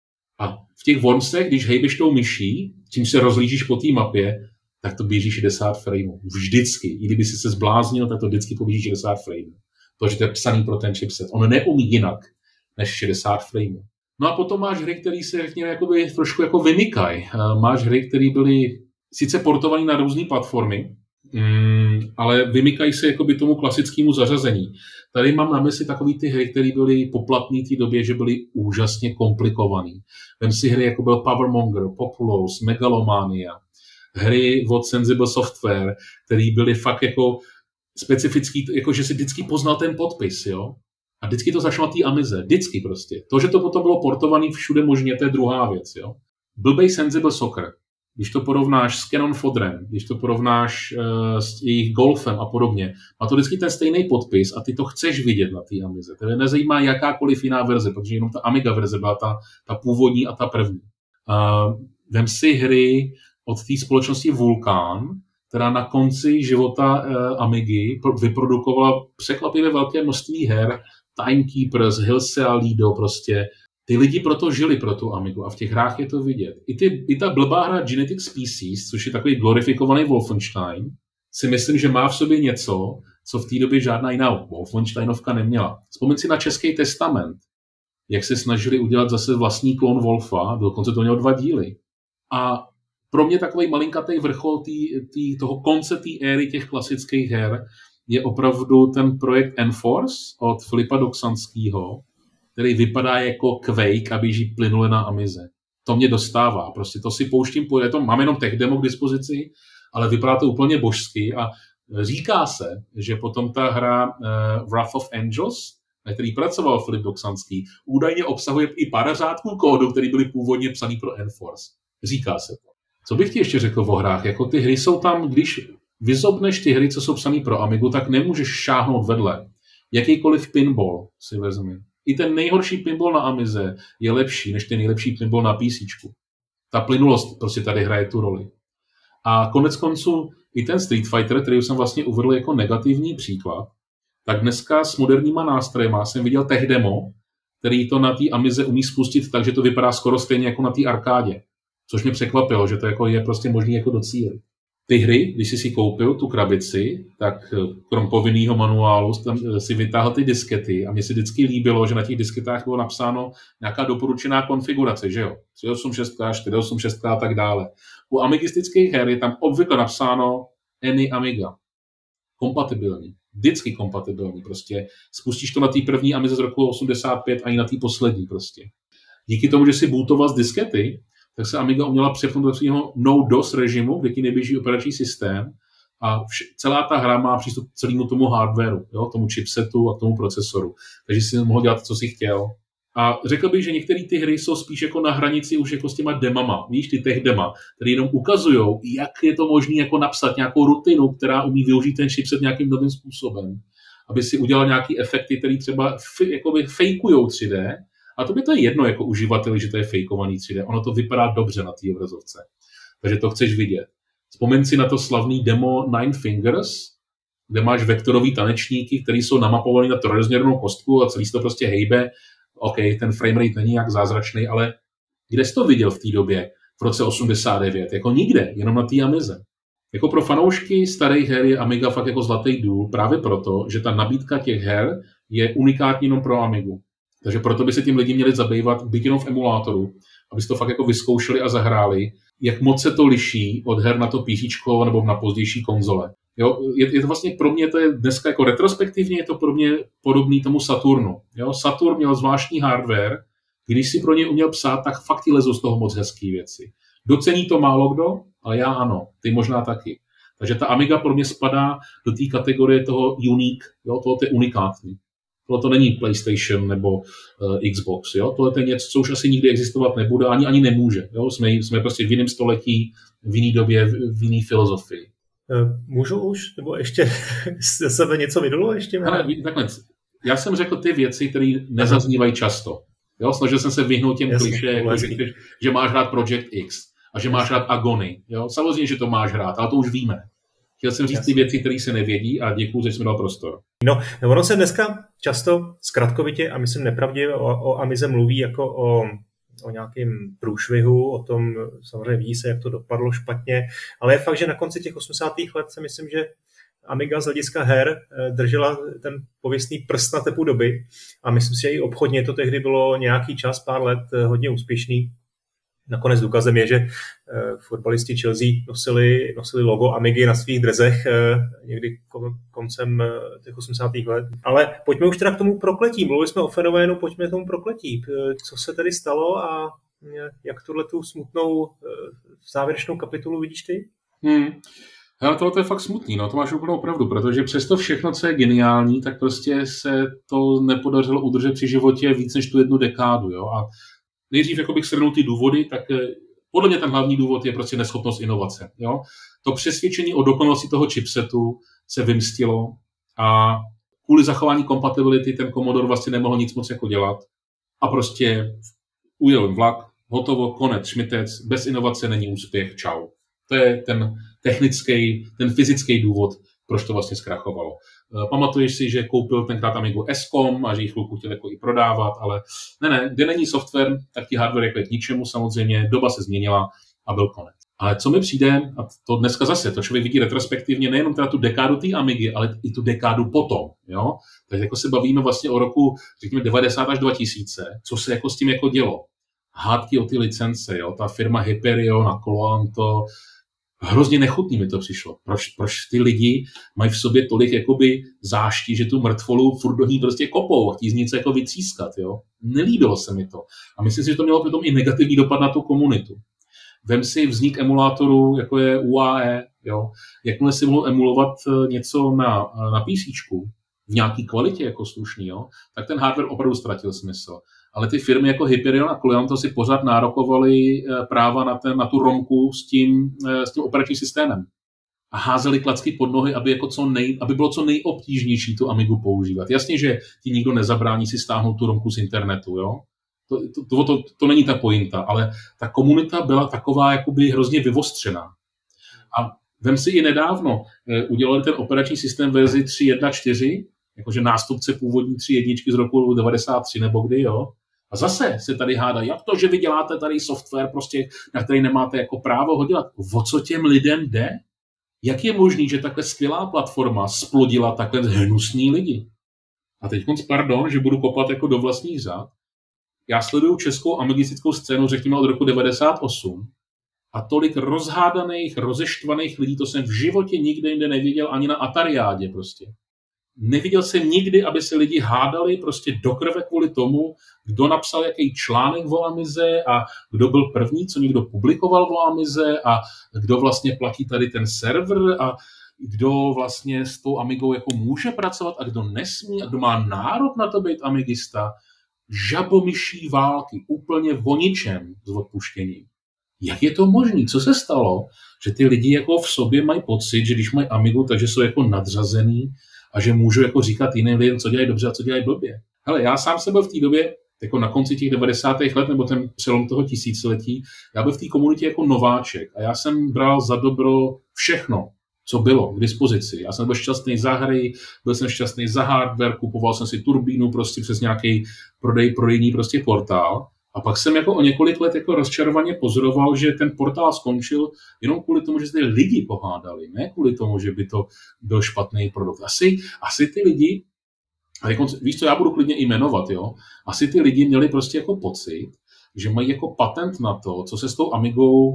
A v těch Wormsech, když hejbeš tou myší, tím se rozlížíš po té mapě, tak to běží šedesát frameů. Vždycky. I kdyby si se zbláznil, tak to vždycky poběží šedesát frameů. Protože to je psaný pro ten chipset. On neumí jinak než šedesát frameů. No a potom máš hry, které se řekněme, jakoby, trošku jako vymykají. Máš hry, které byly sice portované na různé platformy, mm, ale vymykají se jakoby tomu klasickému zařazení. Tady mám na mysli takový ty hry, které byly poplatné v té době, že byly úžasně komplikované. Vem si hry, jako byl Powermonger, Populous, Megalomania, hry od Sensible Software, které byly fakt jako specifický, jako že si vždycky poznal ten podpis, jo? A vždycky to začalo na té Amize. Vždycky prostě. To, že to potom bylo portované všude možně, to je druhá věc. Jo? Blbej Sensible Soccer. Když to porovnáš s Canon Fodrem, když to porovnáš uh, s jejich Golfem a podobně, má to vždycky ten stejný podpis a ty to chceš vidět na té Amize. Tebe nezajímá jakákoliv jiná verze, protože jenom ta Amiga verze byla ta, ta původní a ta první. Uh, vem si hry od té společnosti Vulkan, která na konci života uh, Amigy vyprodukovala překvapivě velké množství her, Timekeepers, Hilse a Lido prostě. Ty lidi proto žili pro tu Amigu a v těch hrách je to vidět. I, ty, i ta blbá hra Genetic Species, což je takový glorifikovaný Wolfenstein, si myslím, že má v sobě něco, co v té době žádná jiná Wolfensteinovka neměla. Vzpomeň si na Český testament, jak se snažili udělat zase vlastní klon Wolfa, dokonce to mělo dva díly. A pro mě takový malinkatý vrchol tý, tý, toho konce té éry těch klasických her je opravdu ten projekt Enforce od Filipa Doksanského, který vypadá jako Quake a běží plynule na Amize. To mě dostává. Prostě to si pouštím, je to, mám jenom tech demo k dispozici, ale vypadá to úplně božsky a říká se, že potom ta hra uh, Wrath of Angels, na který pracoval Filip Doksanský, údajně obsahuje i pár řádků kódu, který byly původně psaný pro Enforce. Říká se to. Co bych ti ještě řekl o hrách? Jako ty hry jsou tam, když vyzobneš ty hry, co jsou psaný pro Amigu, tak nemůžeš šáhnout vedle. Jakýkoliv pinball si vezmi. I ten nejhorší pinball na Amize je lepší než ten nejlepší pinball na PCčku. Ta plynulost prostě tady hraje tu roli. A konec konců i ten Street Fighter, který jsem vlastně uvedl jako negativní příklad, tak dneska s moderníma nástrojema jsem viděl tech demo, který to na té Amize umí spustit tak, že to vypadá skoro stejně jako na té arkádě. Což mě překvapilo, že to jako je prostě možný jako docílit. Ty hry, když jsi si koupil tu krabici, tak krom povinného manuálu tam si vytáhl ty diskety a mně se vždycky líbilo, že na těch disketách bylo napsáno nějaká doporučená konfigurace, že jo? tři osm šest, čtyři osm šest a tak dále. U amigistických her je tam obvykle napsáno Any Amiga. Kompatibilní. Vždycky kompatibilní prostě. Spustíš to na té první Amize z roku osmdesát pět ani na té poslední prostě. Díky tomu, že si bootoval z diskety, tak se Amiga uměla přepnout do svého no-dos režimu, kde ti neběží operační systém a vš- celá ta hra má přístup k celému tomu hardwareu, jo, tomu chipsetu a k tomu procesoru. Takže si mohl dělat, co si chtěl. A řekl bych, že některé ty hry jsou spíš jako na hranici už jako s těma demama, víš, ty tech dema, které jenom ukazujou, jak je to možné jako napsat nějakou rutinu, která umí využít ten chipset nějakým novým způsobem, aby si udělal nějaký efekty, které třeba f- jakoby fejkujou tři dé. A to by to je jedno jako uživateli, že to je fejkovaný tři dé. Ono to vypadá dobře na té obrazovce. Takže to chceš vidět. Vzpomeň si na to slavný demo Nine Fingers, kde máš vektorový tanečníky, který jsou namapovaný na trojrozměrnou kostku a celý se to prostě hejbe. OK, ten framerate není jak zázračný, ale kde jsi to viděl v té době, v roce osmdesát devět? Jako nikde, jenom na té Amize. Jako pro fanoušky starých her je Amiga fakt jako zlatý důl, právě proto, že ta nabídka těch her je unikátní jenom pro Amigu. Takže proto by se tím lidi měli zabývat byť jenom v emulátoru, aby si to fakt jako vyzkoušeli a zahráli. jak moc se to liší od her na to písíčko nebo na pozdější konzole. Jo, je, je to vlastně pro mě, to je dneska jako retrospektivně, je to pro mě podobný tomu Saturnu. Jo, Saturn měl zvláštní hardware, když si pro něj uměl psát, tak fakt ti lezou z toho moc hezký věci. Docení to málo kdo, ale já ano, ty možná taky. Takže ta Amiga pro mě spadá do té kategorie toho unique, jo, toho je unikátní. Tohle to není PlayStation nebo uh, Xbox, jo, tohle je něco, co už asi nikdy existovat nebude, ani, ani nemůže. Jo? Jsme, jsme prostě v jiném století, v jiné době, v jiné filozofii. Můžu už, nebo ještě ze sebe něco vydalo? Ještě Ale, takhle, já jsem řekl ty věci, které nezaznívají často. Jo? Snažil jsem se vyhnout těm klišé, jako, že, že máš hrát Project X a že máš hrát Agony. Jo? Samozřejmě, že to máš hrát, ale to už víme. Chtěl jsem říct Jasně. ty věci, které se nevědí a děkuju, že jsi mi dal prostor. No, ono se dneska často zkratkovitě a myslím nepravdivě o, o Amize mluví jako o, o nějakém průšvihu, o tom samozřejmě ví se, jak to dopadlo špatně, ale je fakt, že na konci těch osmdesátých let si myslím, že Amiga z hlediska her držela ten pověstný prst na tepu doby a myslím si, že i obchodně to tehdy bylo nějaký čas, pár let hodně úspěšný. Nakonec důkazem je, že uh, fotbalisti Chelsea nosili, nosili logo Amigy na svých dresech uh, někdy koncem uh, těch osmdesátých let. Ale pojďme už teda k tomu prokletí. Mluvili jsme o fenoménu, pojďme k tomu prokletí. Uh, co se tady stalo a uh, jak tuhletu smutnou uh, závěrečnou kapitolu vidíš ty? Hmm. Hele, tohle je fakt smutný, no to máš úplnou pravdu, protože přesto všechno, co je geniální, tak prostě se to nepodařilo udržet při životě víc než tu jednu dekádu, jo, a nejdřív jako bych shrnul ty důvody, tak podle mě ten hlavní důvod je prostě neschopnost inovace. Jo? To přesvědčení o dokonalosti toho chipsetu se vymstilo a kvůli zachování kompatibility ten Commodore vlastně nemohl nic moc jako dělat a prostě ujel vlak, hotovo, konec, šmitec, bez inovace není úspěch, čau. To je ten technický, ten fyzický důvod, proč to vlastně zkrachovalo. Pamatuješ si, že koupil tenkrát Amigu S kom a že ji chvilku chtěl jako i prodávat, ale ne, ne, kde není software, tak ti hardware jako je k ničemu samozřejmě, doba se změnila a byl konec. Ale co mi přijde, a to dneska zase, to člověk vidí retrospektivně, nejenom teda tu dekádu té Amigy, ale i tu dekádu potom, jo. Takže jako se bavíme vlastně o roku, řekněme, devadesát až dva tisíce, co se jako s tím jako dělo. Hádky o ty licence, jo, ta firma Hyperion a Colanto, hrozně nechutný mi to přišlo. Proč, proč ty lidi mají v sobě tolik jakoby záští, že tu mrtvolu furt do ní prostě kopou a chtí z nic jako vytřískat, jo. Nelíbilo se mi to. A myslím si, že to mělo potom i negativní dopad na tu komunitu. Vem si vznik emulátoru, jako je U A E, jo. Jakmile si mohl emulovat něco na, na PCčku v nějaký kvalitě jako slušný, jo, tak ten hardware opravdu ztratil smysl. Ale ty firmy jako Hyperion a Colanto si pořád nárokovaly práva na, ten, na tu romku s tím, s tím operačním systémem. A házeli klacky pod nohy, aby, jako co nej, aby bylo co nejobtížnější tu Amigu používat. Jasně, že ti nikdo nezabrání si stáhnout tu romku z internetu, jo? To, to, to, to, to není ta pointa, ale ta komunita byla taková jakoby hrozně vyvostřená. A vem si i nedávno, udělali ten operační systém verzi tři jedna čtyři, jakože nástupce původní tři jedničky z roku devadesát tři nebo kdy, jo? A zase se tady hádá, jak to, že vy děláte tady software, prostě, na který nemáte jako právo ho dělat. O co těm lidem jde? Jak je možný, že takhle skvělá platforma splodila takhle hnusný lidi? A teď moc pardon, že budu kopat jako do vlastních řád. Já sleduju českou amigistickou scénu, řekněme od roku devadesát osm a tolik rozhádaných, rozeštvaných lidí, to jsem v životě nikde jinde neviděl, ani na Atariádě prostě. Neviděl jsem nikdy, aby se lidi hádali prostě do krve kvůli tomu, kdo napsal jaký článek o Amize a kdo byl první, co někdo publikoval o Amize a kdo vlastně platí tady ten server a kdo vlastně s tou Amigou jako může pracovat a kdo nesmí a kdo má nárok na to být amigista. Žabomyší války, úplně o ničem s odpuštěním. Jak je to možné? Co se stalo? Že ty lidi jako v sobě mají pocit, že když mají Amigu, takže jsou jako nadřazený a že můžu jako říkat jiným lidem, co dělají dobře a co dělají blbě. Hele, já sám jsem byl v té době, jako na konci těch devadesátých let, nebo ten přelom toho tisíciletí, já byl v té komunitě jako nováček a já jsem bral za dobro všechno, co bylo k dispozici. Já jsem byl šťastný za hry, byl jsem šťastný za hardware, kupoval jsem si turbínu prostě přes nějaký prodej, prodejní prostě portál. A pak jsem jako o několik let jako rozčarovaně pozoroval, že ten portál skončil jenom kvůli tomu, že se ty lidi pohádali, ne kvůli tomu, že by to byl špatný produkt. Asi, asi ty lidi, a jako, víš co, já budu klidně i jmenovat, jo, asi ty lidi měli prostě jako pocit, že mají jako patent na to, co se s tou Amigou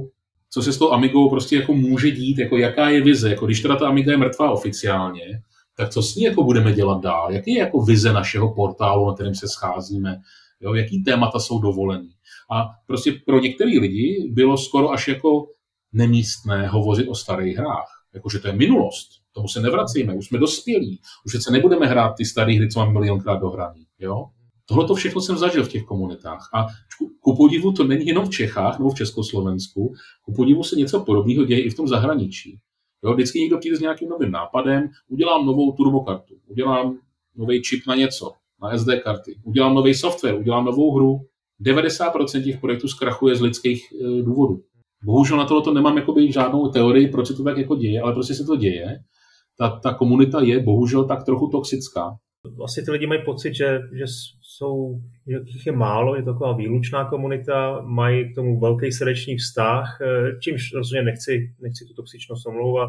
co se s tou Amigou prostě jako může dít, jako jaká je vize, jako když teda ta Amiga je mrtvá oficiálně, tak co s ní jako budeme dělat dál, jaký je jako vize našeho portálu, na kterém se scházíme, jo, jaký témata jsou dovolený. A prostě pro některý lidi bylo skoro až jako nemístné hovořit o starých hrách, jakože to je minulost, tomu se nevracíme, už jsme dospělí, už se nebudeme hrát ty staré hry, co máme milionkrát dohraný, jo. Tohle to všechno jsem zažil v těch komunitách. A ku podivu to není jenom v Čechách nebo v Československu, ku podivu se něco podobného děje i v tom zahraničí. Jo, vždycky někdo přijde s nějakým novým nápadem, udělám novou turbokartu, udělám nový čip na něco, na es dé karty, udělám nový software, udělám novou hru. devadesát procent těch projektů zkrachuje z lidských e, důvodů. Bohužel na tohle to nemám jakoby žádnou teorii, proč se to tak jako děje, ale prostě se to děje. Ta, ta komunita je bohužel tak trochu toxická. Asi ty lidi mají pocit, že, že jsou, že jich je málo, je to taková výlučná komunita, mají k tomu velký srdeční vztah, čímž rozhodně nechci, nechci tu toxičnost omlouvat,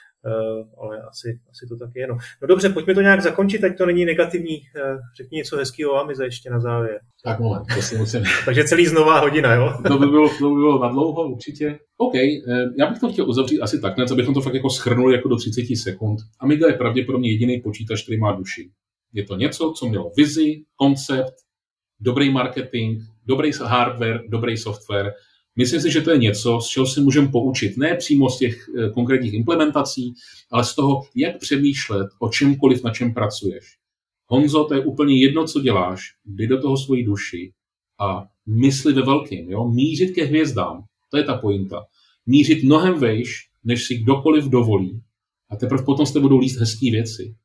ale asi, asi to tak je. No. no dobře, pojďme to nějak zakončit, ať to není negativní. Řekni něco hezkého o Amize ještě na závěr. Tak moment, to si musím. Takže celý znova hodina, jo? to, by bylo, to by bylo na dlouho určitě. OK, já bych to chtěl uzavřít asi takhle, abychom to fakt jako shrnuli jako do třicet sekund. Amiga je pravděpodobně jediný počítač, který má duši. Je to něco, co mělo vizi, koncept, dobrý marketing, dobrý hardware, dobrý software. Myslím si, že to je něco, z čeho si můžeme poučit. Ne přímo z těch konkrétních implementací, ale z toho, jak přemýšlet o čemkoliv, na čem pracuješ. Honzo, to je úplně jedno, co děláš, jdi do toho svoji duši a mysli ve velkým. Jo? Mířit ke hvězdám, to je ta pointa. Mířit mnohem vejš, než si kdokoliv dovolí. A teprve potom z tebe budou líst hezký věci.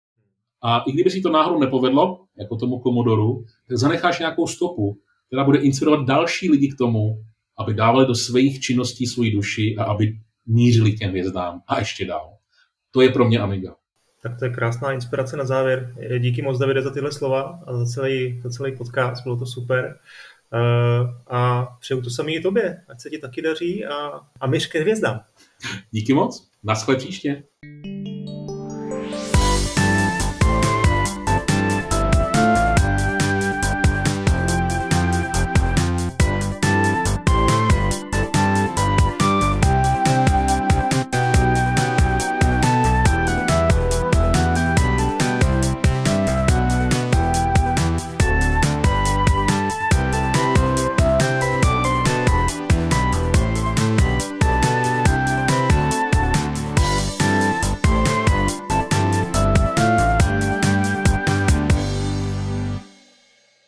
A i kdyby si to náhodou nepovedlo, jako tomu Komodoru, tak zanecháš nějakou stopu, která bude inspirovat další lidi k tomu, aby dávali do svých činností svoji duši a aby mířili k těm hvězdám a ještě dál. To je pro mě Amiga. Tak to je krásná inspirace na závěr. Díky moc, Davide, za tyhle slova a za celý, za celý podcast. Bylo to super. A přeju to samý i tobě. Ať se ti taky daří a, a míř ke hvězdám. Díky moc. Naschle příště.